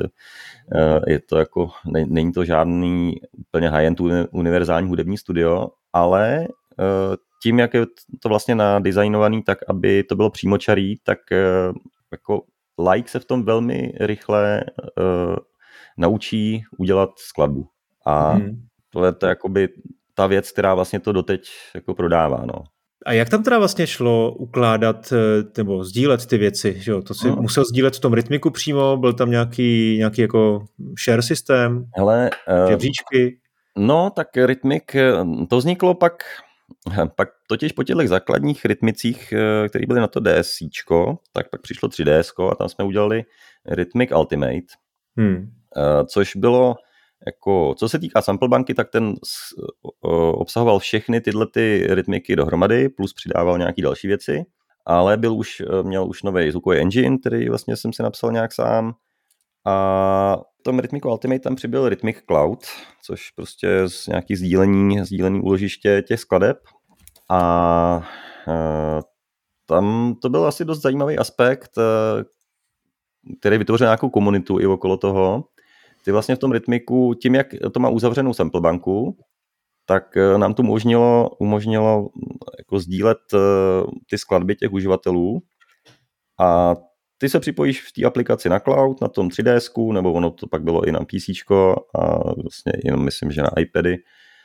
Je to jako, není to žádný úplně high-end univerzální hudební studio, ale tím, jak je to vlastně nadizajnovaný tak, aby to bylo přímočarý, tak jako laik se v tom velmi rychle naučí udělat skladbu. A to je to jakoby ta věc, která vlastně to doteď jako prodává, no. A jak tam teda vlastně šlo ukládat nebo sdílet ty věci, že jo? To si musel sdílet v tom Rytmiku přímo, byl tam nějaký jako share systém, žebříčky? No, tak Rytmik, to vzniklo pak totiž po těch základních rytmicích, které byly na to DSCčko, tak pak přišlo 3DSko a tam jsme udělali Rytmic Ultimate, což bylo jako, co se týká samplebanky, tak ten obsahoval všechny tyhle ty rytmiky dohromady, plus přidával nějaký další věci, ale měl už nový zvukový engine, který vlastně jsem si napsal nějak sám. A v tom Rytmicu Ultimate tam přibyl Rytmic Cloud, což prostě z nějaký sdílení úložiště těch skladeb. A tam to byl asi dost zajímavý aspekt, který vytvořil nějakou komunitu i okolo toho. Ty vlastně v tom Rytmiku, tím, jak to má uzavřenou samplebanku, tak nám to umožnilo jako sdílet ty skladby těch uživatelů a ty se připojíš v té aplikaci na cloud, na tom 3DSku, nebo ono to pak bylo i na PCčko a vlastně jenom myslím, že na iPady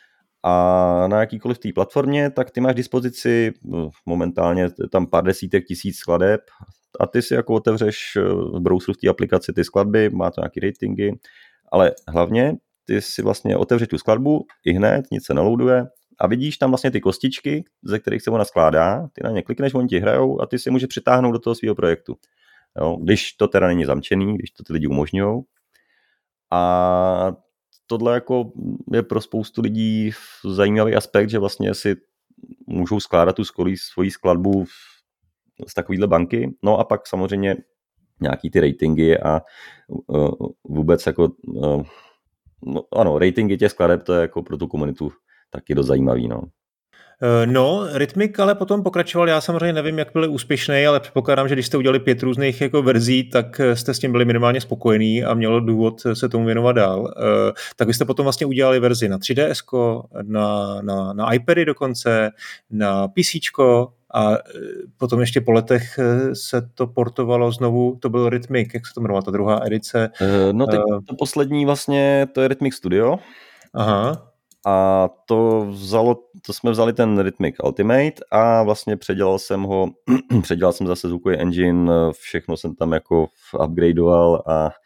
a na jakýkoliv té platformě, tak ty máš dispozici momentálně tam pár desítek tisíc skladeb a ty si jako otevřeš v browseru v té aplikaci ty skladby, má to nějaký ratingy, ale hlavně ty si vlastně otevřeš tu skladbu i hned, nic se neloaduje a vidíš tam vlastně ty kostičky, ze kterých se ona skládá, ty na ně klikneš, oni ti hrajou a ty si můžeš přitáhnout do toho svého projektu. Jo, když to teda není zamčený, když to ty lidi umožňují. A tohle jako je pro spoustu lidí zajímavý aspekt, že vlastně si můžou skládat tu svoji skladbu z takovýhle banky. No a pak samozřejmě nějaký ty ratingy a vůbec jako ano, ratingy těch skladeb, to je jako pro tu komunitu taky dost zajímavý, no. No, Rytmik ale potom pokračoval, já samozřejmě nevím, jak byl úspěšný, ale předpokládám, že když jste udělali 5 různých jako verzí, tak jste s tím byli minimálně spokojení a mělo důvod se tomu věnovat dál. Tak vy jste potom vlastně udělali verzi na 3DSko, na iPady dokonce, na PCčko a potom ještě po letech se to portovalo znovu, to byl Rytmik, jak se to jmenovala, ta druhá edice? No teď to poslední vlastně, to je Rytmic Studio. Aha. A to jsme vzali ten Rytmic Ultimate a vlastně předělal jsem zase zvukový engine, všechno jsem tam jako upgradeoval a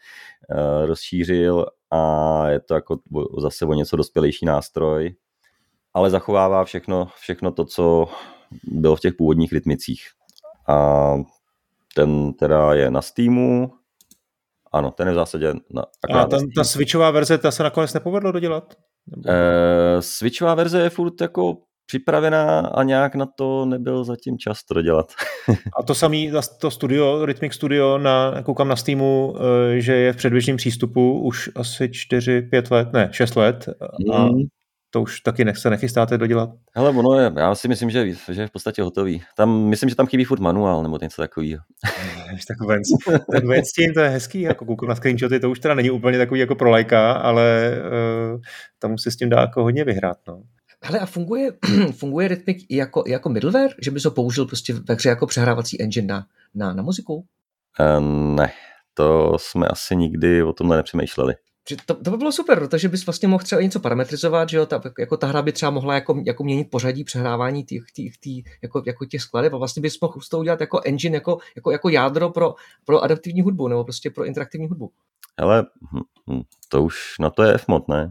rozšířil a je to jako zase o něco dospělejší nástroj, ale zachovává všechno to, co bylo v těch původních rytmicích. A ten teda je na Steamu. Ano, ten je v zásadě a ta switchová verze, ta se nakonec nepovedlo dodělat? Switchová verze je furt jako připravená a nějak na to nebyl zatím čas to dodělat. A to samý, to studio, Rhythmic Studio, koukám na Steamu, že je v předběžném přístupu už asi 6 let a to už taky se nechystáte dodělat. Hele, ono je, já si myslím, že je v podstatě hotový. Myslím, že tam chybí furt manuál nebo něco takového. Tak ven s tím, to je hezký, jako koukám na screenshoty, to už teda není úplně takový jako pro lajka, ale tam si s tím dá jako hodně vyhrát, no. Hele, a funguje Rhythmic i jako middleware? Že bys ho použil prostě ve hře jako přehrávací engine na muziku? Ne, to jsme asi nikdy o tomhle nepřemýšleli. To by bylo super, protože bys vlastně mohl třeba něco parametrizovat, že jo, jako ta hra by třeba mohla jako měnit pořadí přehrávání jako těch skladeb a vlastně bys mohl z toho udělat jako engine, jako jádro pro adaptivní hudbu nebo prostě pro interaktivní hudbu. Hele, to už na to je Fmod, ne?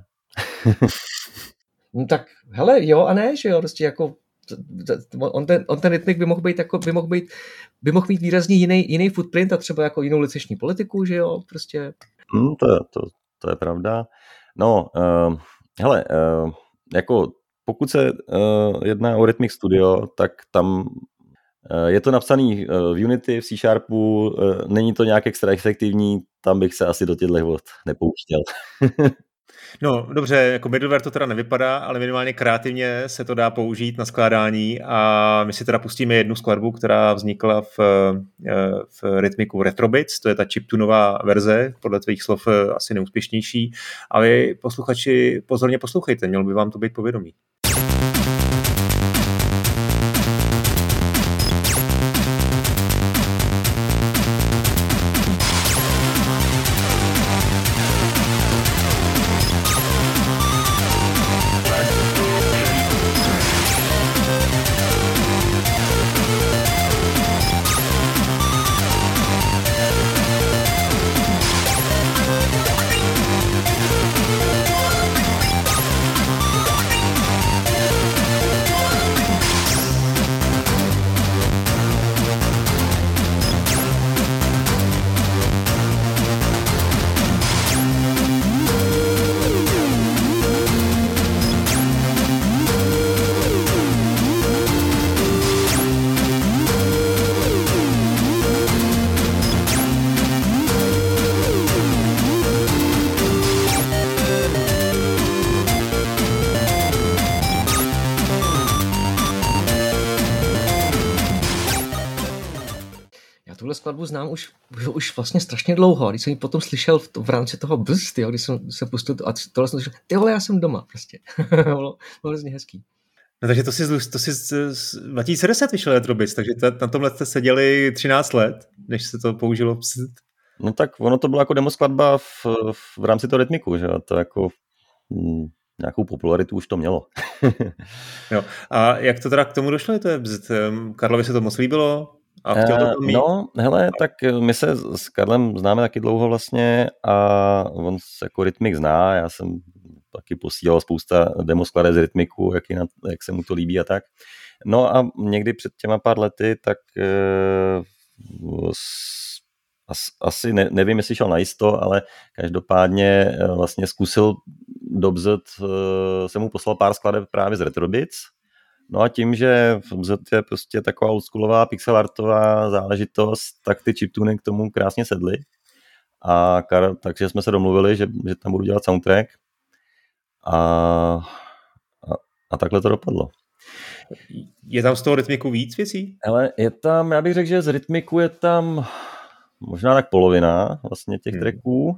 No tak, hele, jo a ne, že jo, prostě jako on ten rytmik by mohl mít výrazně jiný footprint a třeba jako jinou licenční politiku, že jo, prostě. To je pravda. No, hele, jako pokud se jedná o Rhythmic Studio, tak tam je to napsaný v Unity, v C#, není to nějak extra efektivní, tam bych se asi do těchto vod nepouštěl. No dobře, jako middleware to teda nevypadá, ale minimálně kreativně se to dá použít na skládání a my si teda pustíme jednu skladbu, která vznikla v rytmiku Retrobits, to je ta chiptunová verze, podle tvých slov asi neúspěšnější, a vy posluchači pozorně poslouchejte, mělo by vám to být povědomí. Skladbu znám už vlastně strašně dlouho. Když jsem ji potom slyšel v rámci toho bzzt, když jsem se pustil a tohle jsem slyšel, ty vole, já jsem doma prostě. bylo hrozně hezký. No takže to si 2010 vyšel Retrobits, takže na tomhle jste seděli 13 let, než se to použilo bzzt. No tak ono to byla jako demo skladba v rámci toho rytmiku, že to jako nějakou popularitu už to mělo. Jo. A jak to teda k tomu došlo, to je bzzt? Karlovi se to moc líbilo? A chtěl to mít? No, hele, tak my se s Karlem známe taky dlouho vlastně a on se jako rytmik zná, já jsem taky posílal spousta demoskladeb z rytmiku, jak se mu to líbí a tak. No a někdy před těma pár lety, tak asi nevím, jestli šel najisto, ale každopádně vlastně zkusil dobzet, jsem mu poslal pár skladeb právě z Retrobits. No a tím, že FZ je prostě taková oldschoolová pixelartová záležitost, tak ty chiptuny k tomu krásně sedly. Takže jsme se domluvili, že tam budu dělat soundtrack. A takhle to dopadlo. Je tam z toho rytmiku víc věcí? Hele, je tam, já bych řekl, že z rytmiku je tam možná tak polovina vlastně těch tracků.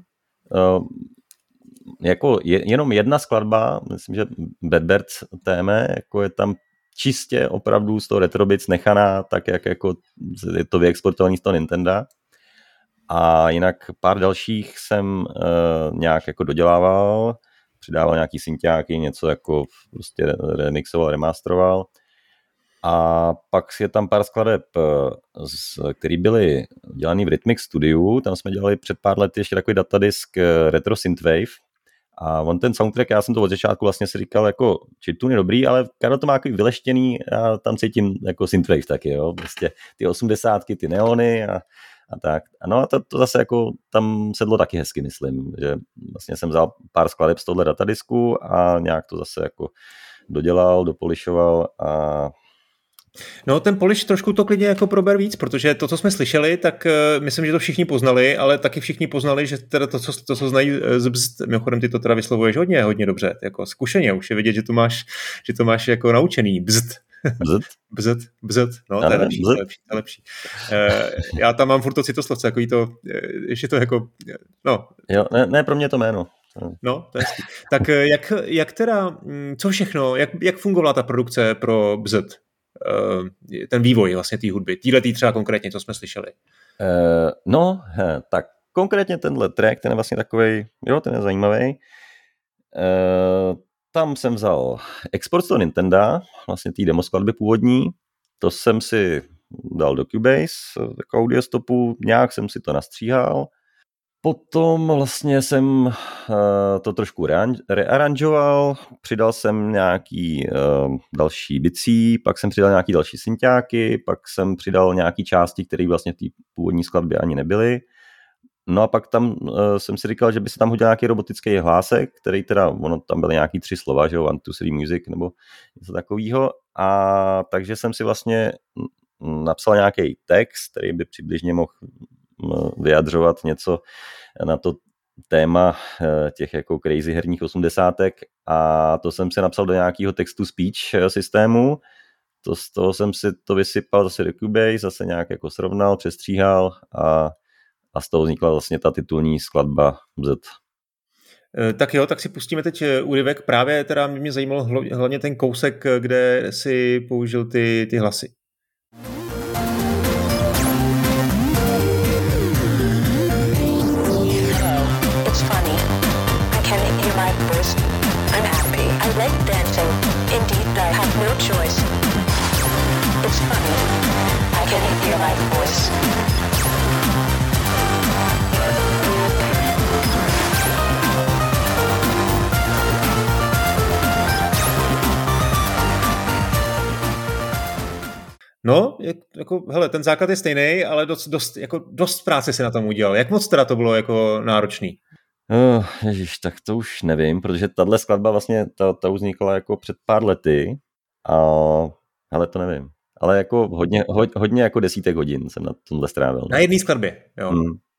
Jako jenom jedna skladba, myslím, že Bad Birds téme, jako je tam čistě opravdu z toho Retrobits nechaná, tak jak jako je to vyexportovaný z toho Nintendo. A jinak pár dalších jsem nějak jako dodělával, přidával nějaký synťáky, něco jako prostě remixoval, remasteroval. A pak je tam pár skladeb, který byly dělaný v Rhythmic Studiu, tam jsme dělali před pár lety ještě takový datadisk Retro Synthwave. A on ten soundtrack, já jsem to od začátku vlastně si říkal, jako chiptune je dobrý, ale Karel to má takový vyleštěný a tam cítím jako synthwave taky, jo, prostě ty 80, ty neony a tak. No a to zase jako tam sedlo taky hezky, myslím, že vlastně jsem vzal pár skladeb z tohle datadisku a nějak to zase jako dodělal, dopolišoval a... No ten polish trošku to klidně jako prober víc, protože to, co jsme slyšeli, tak myslím, že to všichni poznali, ale taky všichni poznali, že teda to, co znají z bzd, mimochodem ty to teda vyslovuješ hodně dobře, jako zkušeně, už je vidět, že to máš jako naučený bzd. Bzd, no to je lepší. Já tam mám furt to citoslovce, jako to, ještě to jako, no. Jo, ne, pro mě to jméno. No, to je hezký. Tak jak teda, co všechno, jak fungovala ta produkce pro bzd? Ten vývoj vlastně té hudby, týhletý třeba konkrétně, co jsme slyšeli. Tak konkrétně tenhle track, ten je vlastně takovej, jo, ten je zajímavý. Tam jsem vzal export z toho Nintendo, vlastně té demo skladby původní, to jsem si dal do Cubase, takovou audio stopu, nějak jsem si to nastříhal. Potom vlastně jsem to trošku rearanžoval, přidal jsem nějaký další bicí, pak jsem přidal nějaký další synťáky, pak jsem přidal nějaký části, které vlastně v té původní skladbě ani nebyly. No a pak tam jsem si říkal, že by se tam hodil nějaký robotický hlásek, který teda, ono tam byly nějaký 3 slova, že jo, 1, 2, 3 music nebo něco takového. A takže jsem si vlastně napsal nějaký text, který by přibližně mohl vyjadřovat něco na to téma těch jako crazy herních 80. A to jsem si napsal do nějakého textu speech systému. Z toho jsem si to vysypal zase do Cubase, zase nějak jako srovnal, přestříhal a z toho vznikla vlastně ta titulní skladba bzd. Tak jo, tak si pustíme teď úryvek. Právě teda mě zajímalo hlavně ten kousek, kde si použil ty hlasy. No, jako, hele, ten základ je stejný, ale dost práce si na tom udělal. Jak moc teda to bylo jako náročný? Ježiš, tak to už nevím, protože tahle skladba vlastně, ta vznikla jako před pár lety a hele, to nevím. Ale jako hodně jako desítek hodin jsem na tomhle strávil. Na jedné skladbě, jo.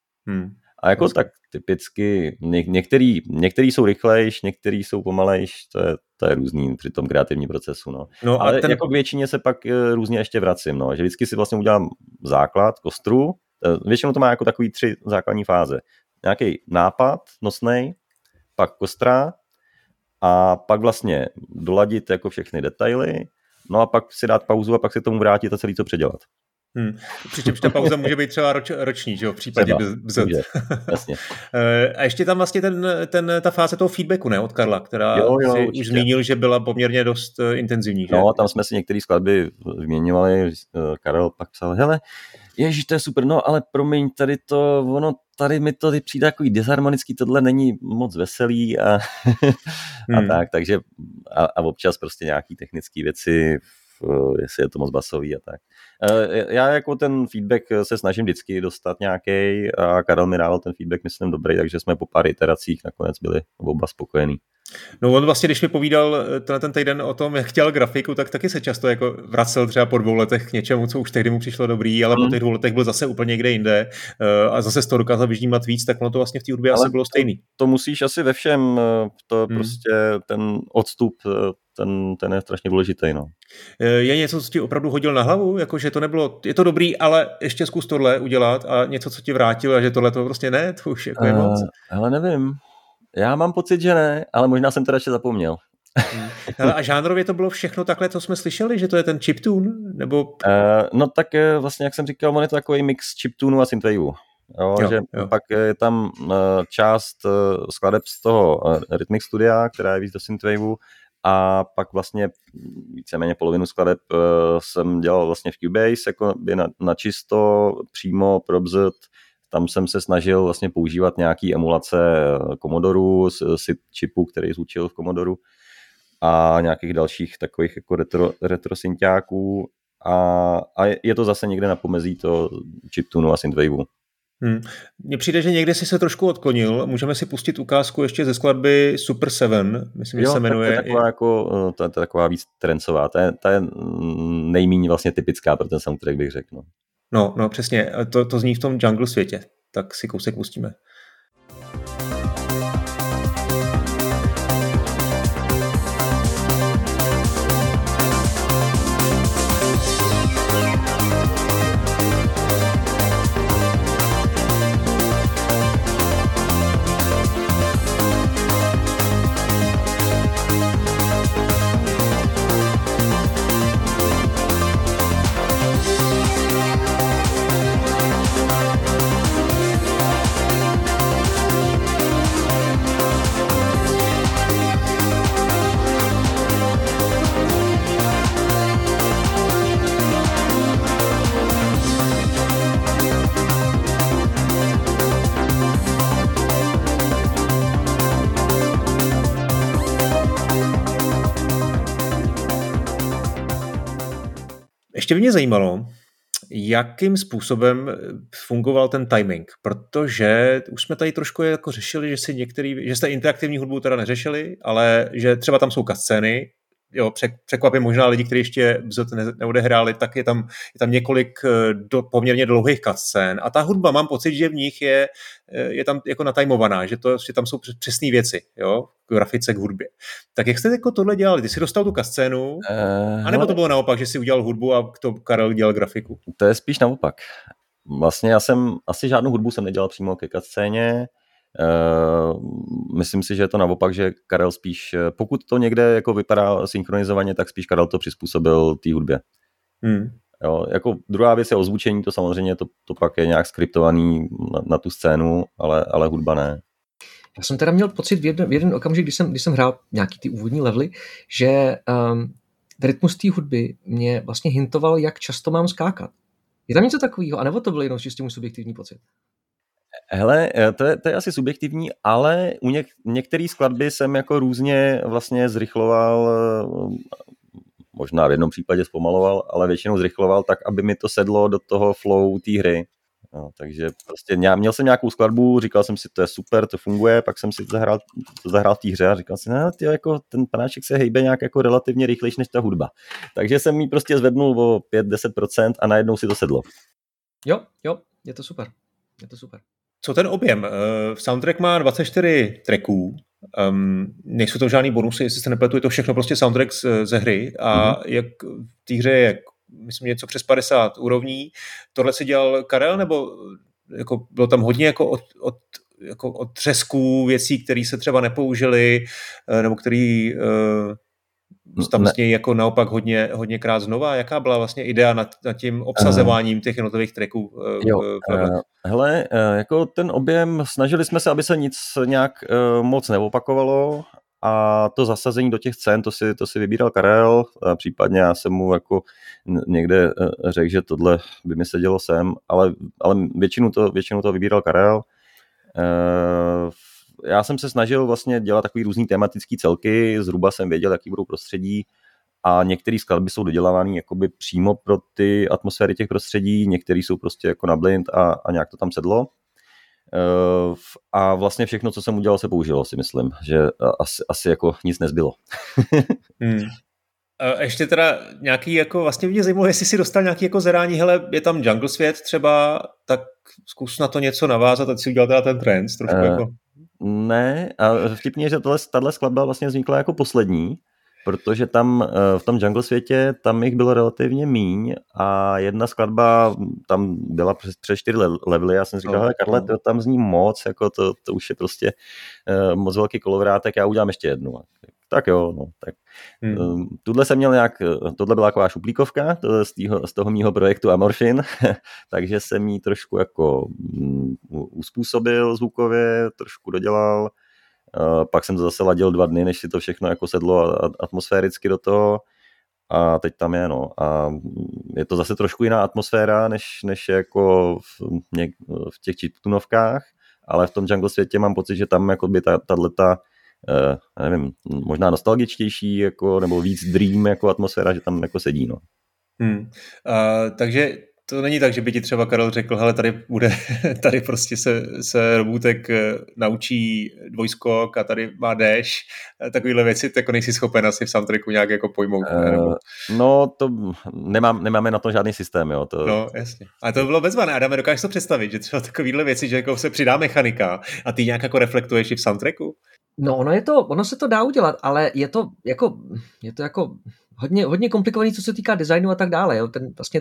A jako tak typicky, některý jsou rychlejš, některý jsou pomalejš, to je různý při tom kreativním procesu, no. Ale jako k většině se pak různě ještě vracím, no, že vždycky si vlastně udělám základ, kostru, většinou to má jako takový 3 základní fáze. Nějaký nápad nosnej, pak kostra a pak vlastně doladit jako všechny detaily, no a pak si dát pauzu a pak se tomu vrátit a celý to předělat. Přičemž ta pauza může být třeba roční, že jo, v případě bzd. Jasně. A ještě tam vlastně ta fáze toho feedbacku, ne, od Karla, která si už zmínil, že byla poměrně dost intenzivní. Že? No, tam jsme si některé skladby vyměňovali, Karel pak psal, hele, ježiš, to je super, no, ale promiň, tady mi to přijde takový disharmonický, tohle není moc veselý a tak, takže a občas prostě nějaký technické věci, jestli je to moc basový a tak. Já jako ten feedback se snažím vždycky dostat nějaký a Karel mi dával ten feedback, myslím, dobrý, takže jsme po pár iteracích nakonec byli oba spokojení. No on vlastně, když mi povídal ten týden o tom, jak chtěl grafiku, tak taky se často jako vracel třeba po 2 letech k něčemu, co už tehdy mu přišlo dobrý, ale po těch 2 letech byl zase úplně někde jinde a zase z toho dokázal vyždímat víc, tak ono to vlastně v té hudbě asi bylo stejný. To musíš asi ve všem, to prostě ten odstup, ten je strašně důležitý, no. Je něco, co ti opravdu hodil na hlavu? Jako, že to nebylo, je to dobrý, ale ještě zkus tohle udělat a něco, co ti vrátilo a že tohle to prostě ne, to už jako je moc. Ale nevím. Já mám pocit, že ne, ale možná jsem to radši zapomněl. Hele, a žánrově to bylo všechno takhle, co jsme slyšeli, že to je ten chiptune? Nebo... No tak vlastně, jak jsem říkal, on je to takový mix chiptuneu a synthwaveu. Jo. Pak je tam část skladeb z toho Rhythmic Studia, která je víc do synthwaveu a pak vlastně víceméně polovinu skladeb jsem dělal vlastně v Cubase, jako na čisto, přímo pro bzd. Tam jsem se snažil vlastně používat nějaký emulace Commodoru, chipu, který zvučil v Commodoru a nějakých dalších takových jako retro synťáků a je to zase někde na pomezí to chiptunu a synthwaveu. Mně přijde, že někde si se trošku odklonil. Můžeme si pustit ukázku ještě ze skladby Super 7, myslím, že se jmenuje. To je taková víc trencová. Ta je nejméně vlastně typická pro ten soundtrack, bych řekl. No, přesně. To zní v tom jungle světě. Tak si kousek pustíme. Ještě by mě zajímalo, jakým způsobem fungoval ten timing, protože už jsme tady trošku jako řešili, že jste interaktivní hudbu teda neřešili, ale že třeba tam jsou cutscény, jo, překvapím možná lidi, kteří ještě neodehráli, tak je tam několik poměrně dlouhých cutscén a ta hudba, mám pocit, že v nich je tam jako natajmovaná, že tam jsou přesné věci, jo, k grafice, k hudbě. Tak jak jste jako tohle dělali? Ty jsi dostal tu cutscénu, anebo to bylo naopak, že jsi udělal hudbu a to Karel dělal grafiku? To je spíš naopak. Vlastně já jsem asi žádnou hudbu jsem nedělal přímo ke cutscéně. Myslím si, že je to naopak, že Karel spíš, pokud to někde jako vypadá synchronizovaně, tak spíš Karel to přizpůsobil té hudbě. Jo, jako druhá věc je ozvučení, to samozřejmě to pak je nějak skriptovaný na tu scénu, ale hudba ne. Já jsem teda měl pocit v jeden okamžik, když jsem hrál nějaký ty úvodní levely, že rytmus té hudby mě vlastně hintoval, jak často mám skákat. Je tam něco takového, anebo to byl jenom čistě můj subjektivní pocit? Hele, to je asi subjektivní, ale u některé skladby jsem jako různě vlastně zrychloval, možná v jednom případě zpomaloval, ale většinou zrychloval tak, aby mi to sedlo do toho flow té hry. No, takže prostě měl jsem nějakou skladbu, říkal jsem si, to je super, to funguje, pak jsem si to zahrál v té hře a říkal si, jako ten panáček se hejbe nějak jako relativně rychlejš než ta hudba. Takže jsem ji prostě zvednul o 5-10% a najednou si to sedlo. Jo, je to super. Co ten objem? Soundtrack má 24 tracků, nejsou to žádný bonusy, jestli se nepletu, je to všechno prostě soundtrack ze hry a jak v té hře je, myslím, něco přes 50 úrovní. Tohle si dělal Karel, nebo jako bylo tam hodně jako od třesků věcí, které se třeba nepoužily, nebo které tam vlastně jako naopak hodněkrát znova. Jaká byla vlastně idea nad tím obsazováním těch jednotlivých tracků? Hele, jako ten objem, snažili jsme se, aby se nic nějak moc neopakovalo a to zasazení do těch scén, to si vybíral Karel, a případně já jsem mu jako někde řekl, že tohle by mi se dělo sem, ale většinu to vybíral Karel. Já jsem se snažil vlastně dělat takový různý tematický celky, zhruba jsem věděl, jaký budou prostředí a některé skladby jsou dodělávané jakoby přímo pro ty atmosféry těch prostředí, některé jsou prostě jako na blind a nějak to tam sedlo. A vlastně všechno, co jsem udělal, se použilo, si myslím, že asi jako nic nezbylo. Ještě teda nějaký, jako vlastně mě zajímalo, jestli si dostal nějaký jako zadání, hele, je tam jungle svět třeba, tak zkus na to něco navázat, ať si udělal teda ten trend trošku jako... Ne, a vtipně je, že tahle skladba vlastně vznikla jako poslední, protože tam v tom jungle světě tam jich bylo relativně míň a jedna skladba tam byla přes 4 levely. Já jsem říkal, hele Karle, to tam zní moc, jako to už je prostě moc velký kolovrátek, já udělám ještě jednu. Tak jo, no, tak. Tohle byla taková šuplíkovka z toho mýho projektu Amorphin, takže jsem ji trošku jako uspůsobil zvukově, trošku dodělal Pak jsem to zase ladil 2 dny, než si to všechno jako sedlo atmosféricky do toho. A teď tam je, no. A je to zase trošku jiná atmosféra, než jako v těch chiptunovkách, ale v tom jungle světě mám pocit, že tam jako by tato nevím, možná nostalgičtější, jako, nebo víc dream jako atmosféra, že tam jako sedí, no. Takže to není tak, že by ti třeba Karel řekl, hele, tady prostě se robůtek naučí dvojskok a tady má dash, takovýhle věci, tak nejsi schopen asi v soundtracku nějak jako pojmout. No, to nemáme na to žádný systém, jo. No, jasně. Ale to bylo bezvané. Adame, dokážeš to představit, že třeba takovýhle věci, že jako se přidá mechanika a ty nějak jako reflektuješ i v soundtracku? No, ono se to dá udělat, ale je to jako hodně komplikovaný, co se týká designu a tak dále. Jo.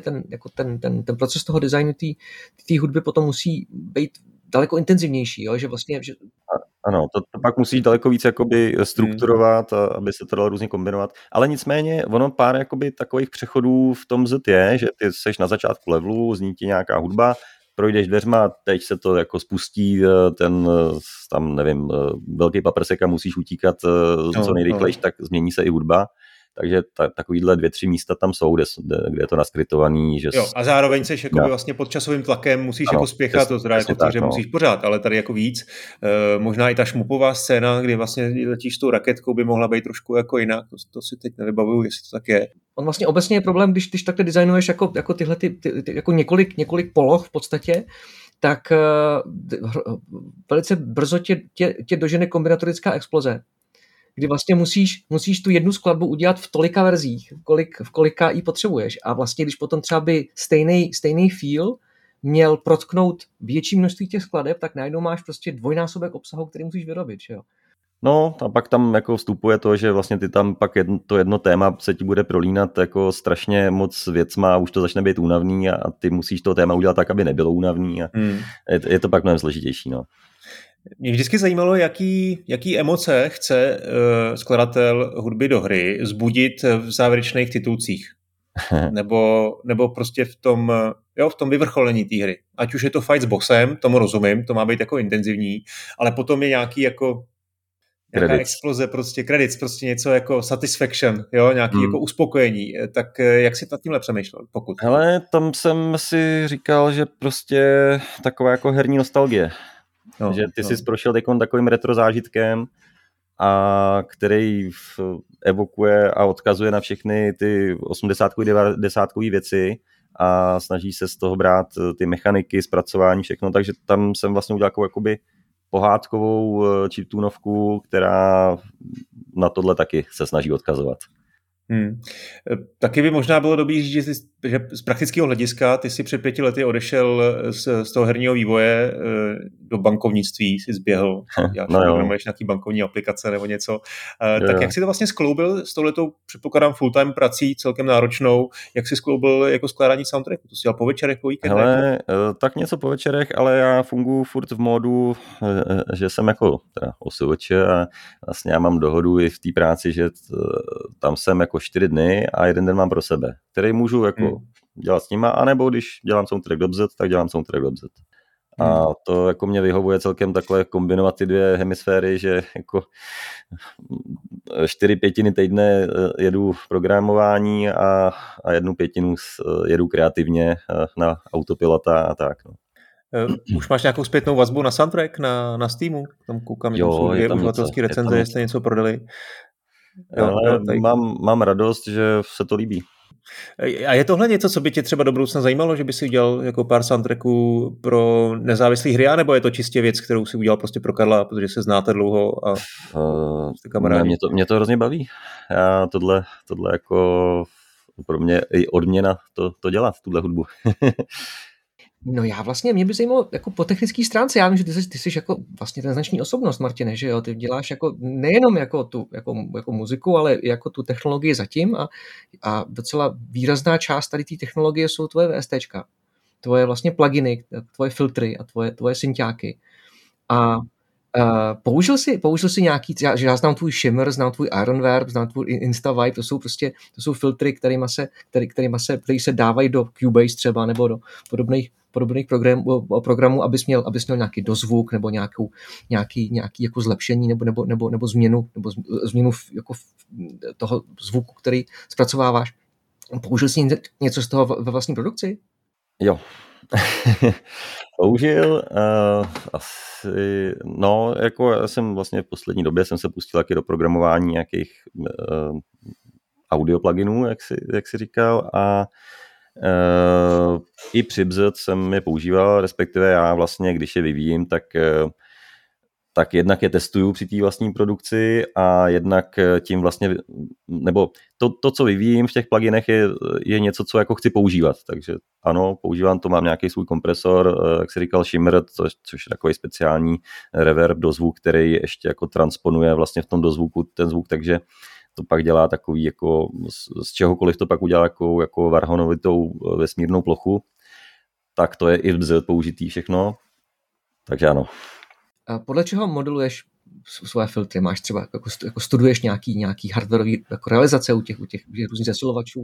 Ten proces toho designu té hudby potom musí být daleko intenzivnější, jo, že vlastně... Ano, to pak musíš daleko víc jakoby strukturovat, aby se to dalo různě kombinovat, ale nicméně ono pár jakoby takových přechodů v tom ZT je, že ty seš na začátku levelu, zní ti nějaká hudba, projdeš dveřma, teď se to jako spustí tam nevím, velký paprsek a musíš utíkat co nejrychlejš, tak změní se i hudba. Takže takovýhle 2-3 místa tam jsou, kde je to naskrytovaný. Že jo, a zároveň seš jakoby vlastně pod časovým tlakem, musíš jako spěchat, to znamená, jako že musíš pořád, ale tady jako víc. Možná i ta šmupová scéna, kdy vlastně letíš s tou raketkou, by mohla být trošku jako jinak. To si teď nevybavuju, jestli to tak je. On vlastně obecně je problém, když takhle designuješ jako tyhle jako několik poloh v podstatě, tak velice brzo tě dožene kombinatorická exploze, kdy vlastně musíš tu jednu skladbu udělat v tolika verzích, v kolika ji potřebuješ. A vlastně, když potom třeba by stejný feel měl protknout větší množství těch skladeb, tak najednou máš prostě dvojnásobek obsahu, který musíš vyrobit, že jo? No, a pak tam jako vstupuje to, že vlastně ty tam pak to jedno téma se ti bude prolínat jako strašně moc věcma a už to začne být únavný a ty musíš to téma udělat tak, aby nebylo únavný a je to pak mnohem složitější, no. Mě vždycky zajímalo, jaký emoce chce skladatel hudby do hry vzbudit v závěrečných titulcích. nebo prostě v tom vyvrcholení té hry. Ať už je to fight s bossem, tomu rozumím, to má být jako intenzivní, ale potom je nějaká exploze, prostě credits, prostě něco jako satisfaction, jo, nějaký jako uspokojení. Tak jak si nad tímhle přemýšlel, pokud? Hele, tam jsem si říkal, že prostě taková jako herní nostalgie. Že ty jsi prošel takovým retro zážitkem, a který evokuje a odkazuje na všechny ty 80 90 věci a snaží se z toho brát ty mechaniky, zpracování, všechno, takže tam jsem vlastně udělal jakoby pohádkovou chiptunovku, která na tohle taky se snaží odkazovat. Taky by možná bylo dobrý říct, že z praktického hlediska ty si před 5 lety odešel z toho herního vývoje do bankovnictví, si zběhl, programuješ nějaký bankovní aplikace nebo něco. Tak jak si to vlastně skloubil s touhletou, předpokládám, full-time prací, celkem náročnou, jak si skloubil jako skládání soundtracku? To jsi dělal po večerech, po víkendech? Hele, tak něco po večerech, ale já funguji furt v módu, že jsem jako OSVČ a vlastně já mám dohodu i v té práci, že tam jsem jako 4 dny a 1 den mám pro sebe, který můžu jako dělat s nima, anebo když dělám soundtrack do BZ, tak dělám soundtrack do BZ. A to jako mě vyhovuje celkem takhle kombinovat ty 2 hemisféry, že jako 4/5 týdne jedu programování a 1/5 jedu kreativně na autopilota a tak. No. Už máš nějakou zpětnou vazbu na soundtrack, na Steamu? Tam koukám, že jsou 2 uživatelské recenze, jestli něco prodali. Ale mám radost, že se to líbí. A je tohle něco, co by tě třeba do budoucna zajímalo, že by si udělal jako pár soundtracků pro nezávislý hry, nebo je to čistě věc, kterou si udělal prostě pro Karla, protože se znáte dlouho a jste kamarádi? Mě to hrozně baví. Já tohle jako pro mě i odměna to dělat, tuhle hudbu. No já vlastně, mě by zajímalo jako po technické stránce, já vím, že ty jsi jako vlastně ten značný osobnost, Martine, že jo, ty děláš jako nejenom jako tu jako muziku, ale i jako tu technologii zatím a docela výrazná část tady té technologie jsou tvoje VSTčka, tvoje vlastně pluginy, tvoje filtry a tvoje synťáky. A použil jsi nějaký, že já znám tvůj Shimmer, znám tvůj Ironverb, znám tvůj InstaVibe, to jsou filtry, které se dávají do Cubase třeba nebo do podobných programů, abys měl nějaký dozvuk nebo nějaký jako zlepšení nebo změnu jako toho zvuku, který zpracováváš. Použil jsi něco z toho ve vlastní produkci? Jo. Použil asi, no, jako já jsem vlastně v poslední době jsem se pustil taky do programování nějakých audio pluginů, jak si říkal, a i při BZT jsem je používal, respektive já vlastně, když je vyvíjím, tak jednak je testuju při té vlastní produkci a jednak tím vlastně, nebo to, co vyvíjím v těch pluginech, je něco, co jako chci používat. Takže ano, používám to, mám nějaký svůj kompresor, jak se říkal Shimmer, což je takový speciální reverb dozvuk, který ještě jako transponuje vlastně v tom dozvuku ten zvuk, takže to pak dělá takový jako z čehokoliv to pak udělá jako varhonovitou vesmírnou plochu, tak to je i v BZT použitý všechno. Takže ano. A podle čeho modeluješ svoje filtry? Máš třeba, jako studuješ nějaký hardwareový jako realizace u těch různých zesilovačů?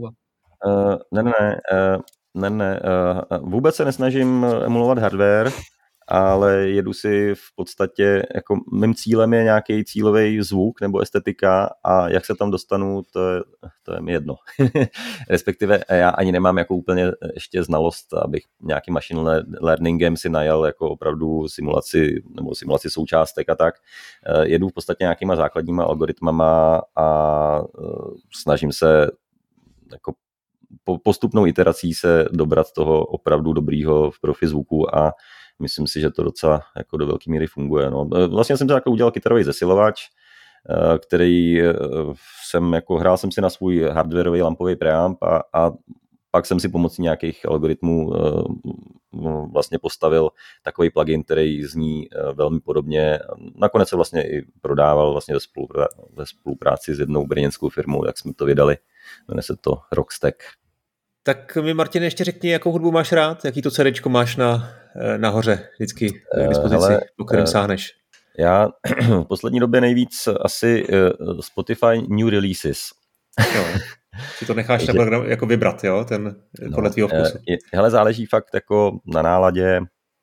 Ne. Vůbec se nesnažím emulovat hardware, ale jedu si v podstatě, jako mým cílem je nějaký cílový zvuk nebo estetika a jak se tam dostanu, to je mi jedno. Respektive já ani nemám jako úplně ještě znalost, abych nějakým machine learningem si najal jako opravdu simulaci součástek a tak. Jedu v podstatě nějakýma základníma algoritmama a snažím se jako postupnou iterací se dobrat toho opravdu dobrýho profi zvuku a myslím si, že to docela jako do velké míry funguje. No. Vlastně jsem to jako udělal kytarový zesilovač, který hrál jsem si na svůj hardwareový lampový preamp a pak jsem si pomocí nějakých algoritmů vlastně postavil takový plugin, který zní velmi podobně. Nakonec se vlastně i prodával vlastně ve spolupráci s jednou brněnskou firmou, jak jsme to vydali. Jmenuje se to Rockstack. Tak mi, Martine, ještě řekni, jakou hudbu máš rád, jaký to CDčko máš nahoře vždycky k dispozici, po kterém sáhneš. Já v poslední době nejvíc asi Spotify New Releases. Jo, si to necháš jako vybrat, jo, podle tvýho vkusu. Hele, záleží fakt jako na náladě.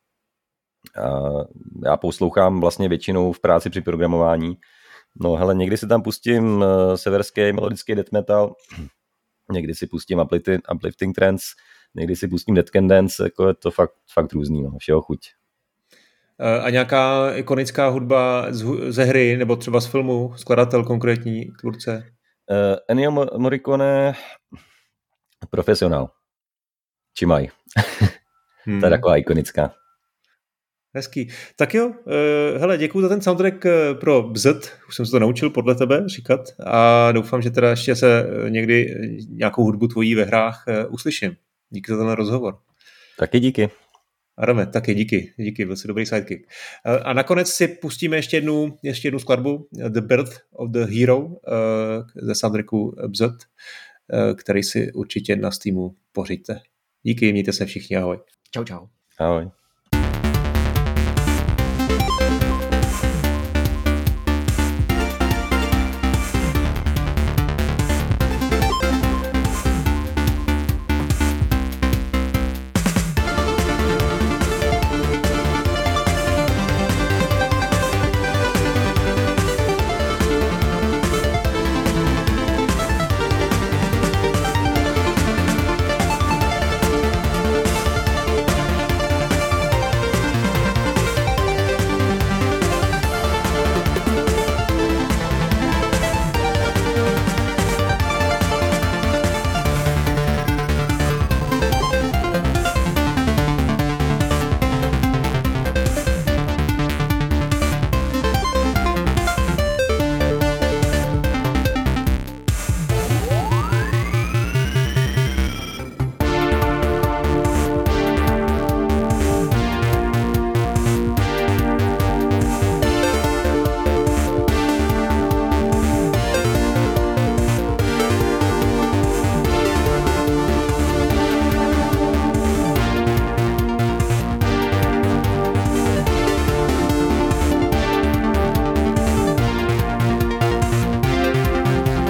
Já poslouchám vlastně většinou v práci při programování. No hele, někdy si tam pustím severský melodický death metal, někdy si pustím uplifting trance, někdy si pustím dead can dance, jako je to fakt různý, no, všeho chuť. A nějaká ikonická hudba ze hry, nebo třeba z filmu, skladatel konkrétní, tvůrce? Ennio Morricone, Profesionál. Čimaj. To je taková ikonická. Hezký. Tak jo, hele, děkuju za ten soundtrack pro BZT, už jsem se to naučil podle tebe říkat a doufám, že teda ještě se někdy nějakou hudbu tvojí ve hrách uslyším. Díky za ten rozhovor. Taky díky. Adame, taky díky, byl jsi dobrý sidekick. A nakonec si pustíme ještě jednu skladbu, The Birth of the Hero, ze soundtracku BZT, který si určitě na Steamu pořiďte. Díky, mějte se všichni, ahoj. Čau. Ahoj.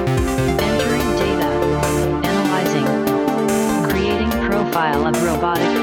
File of robotic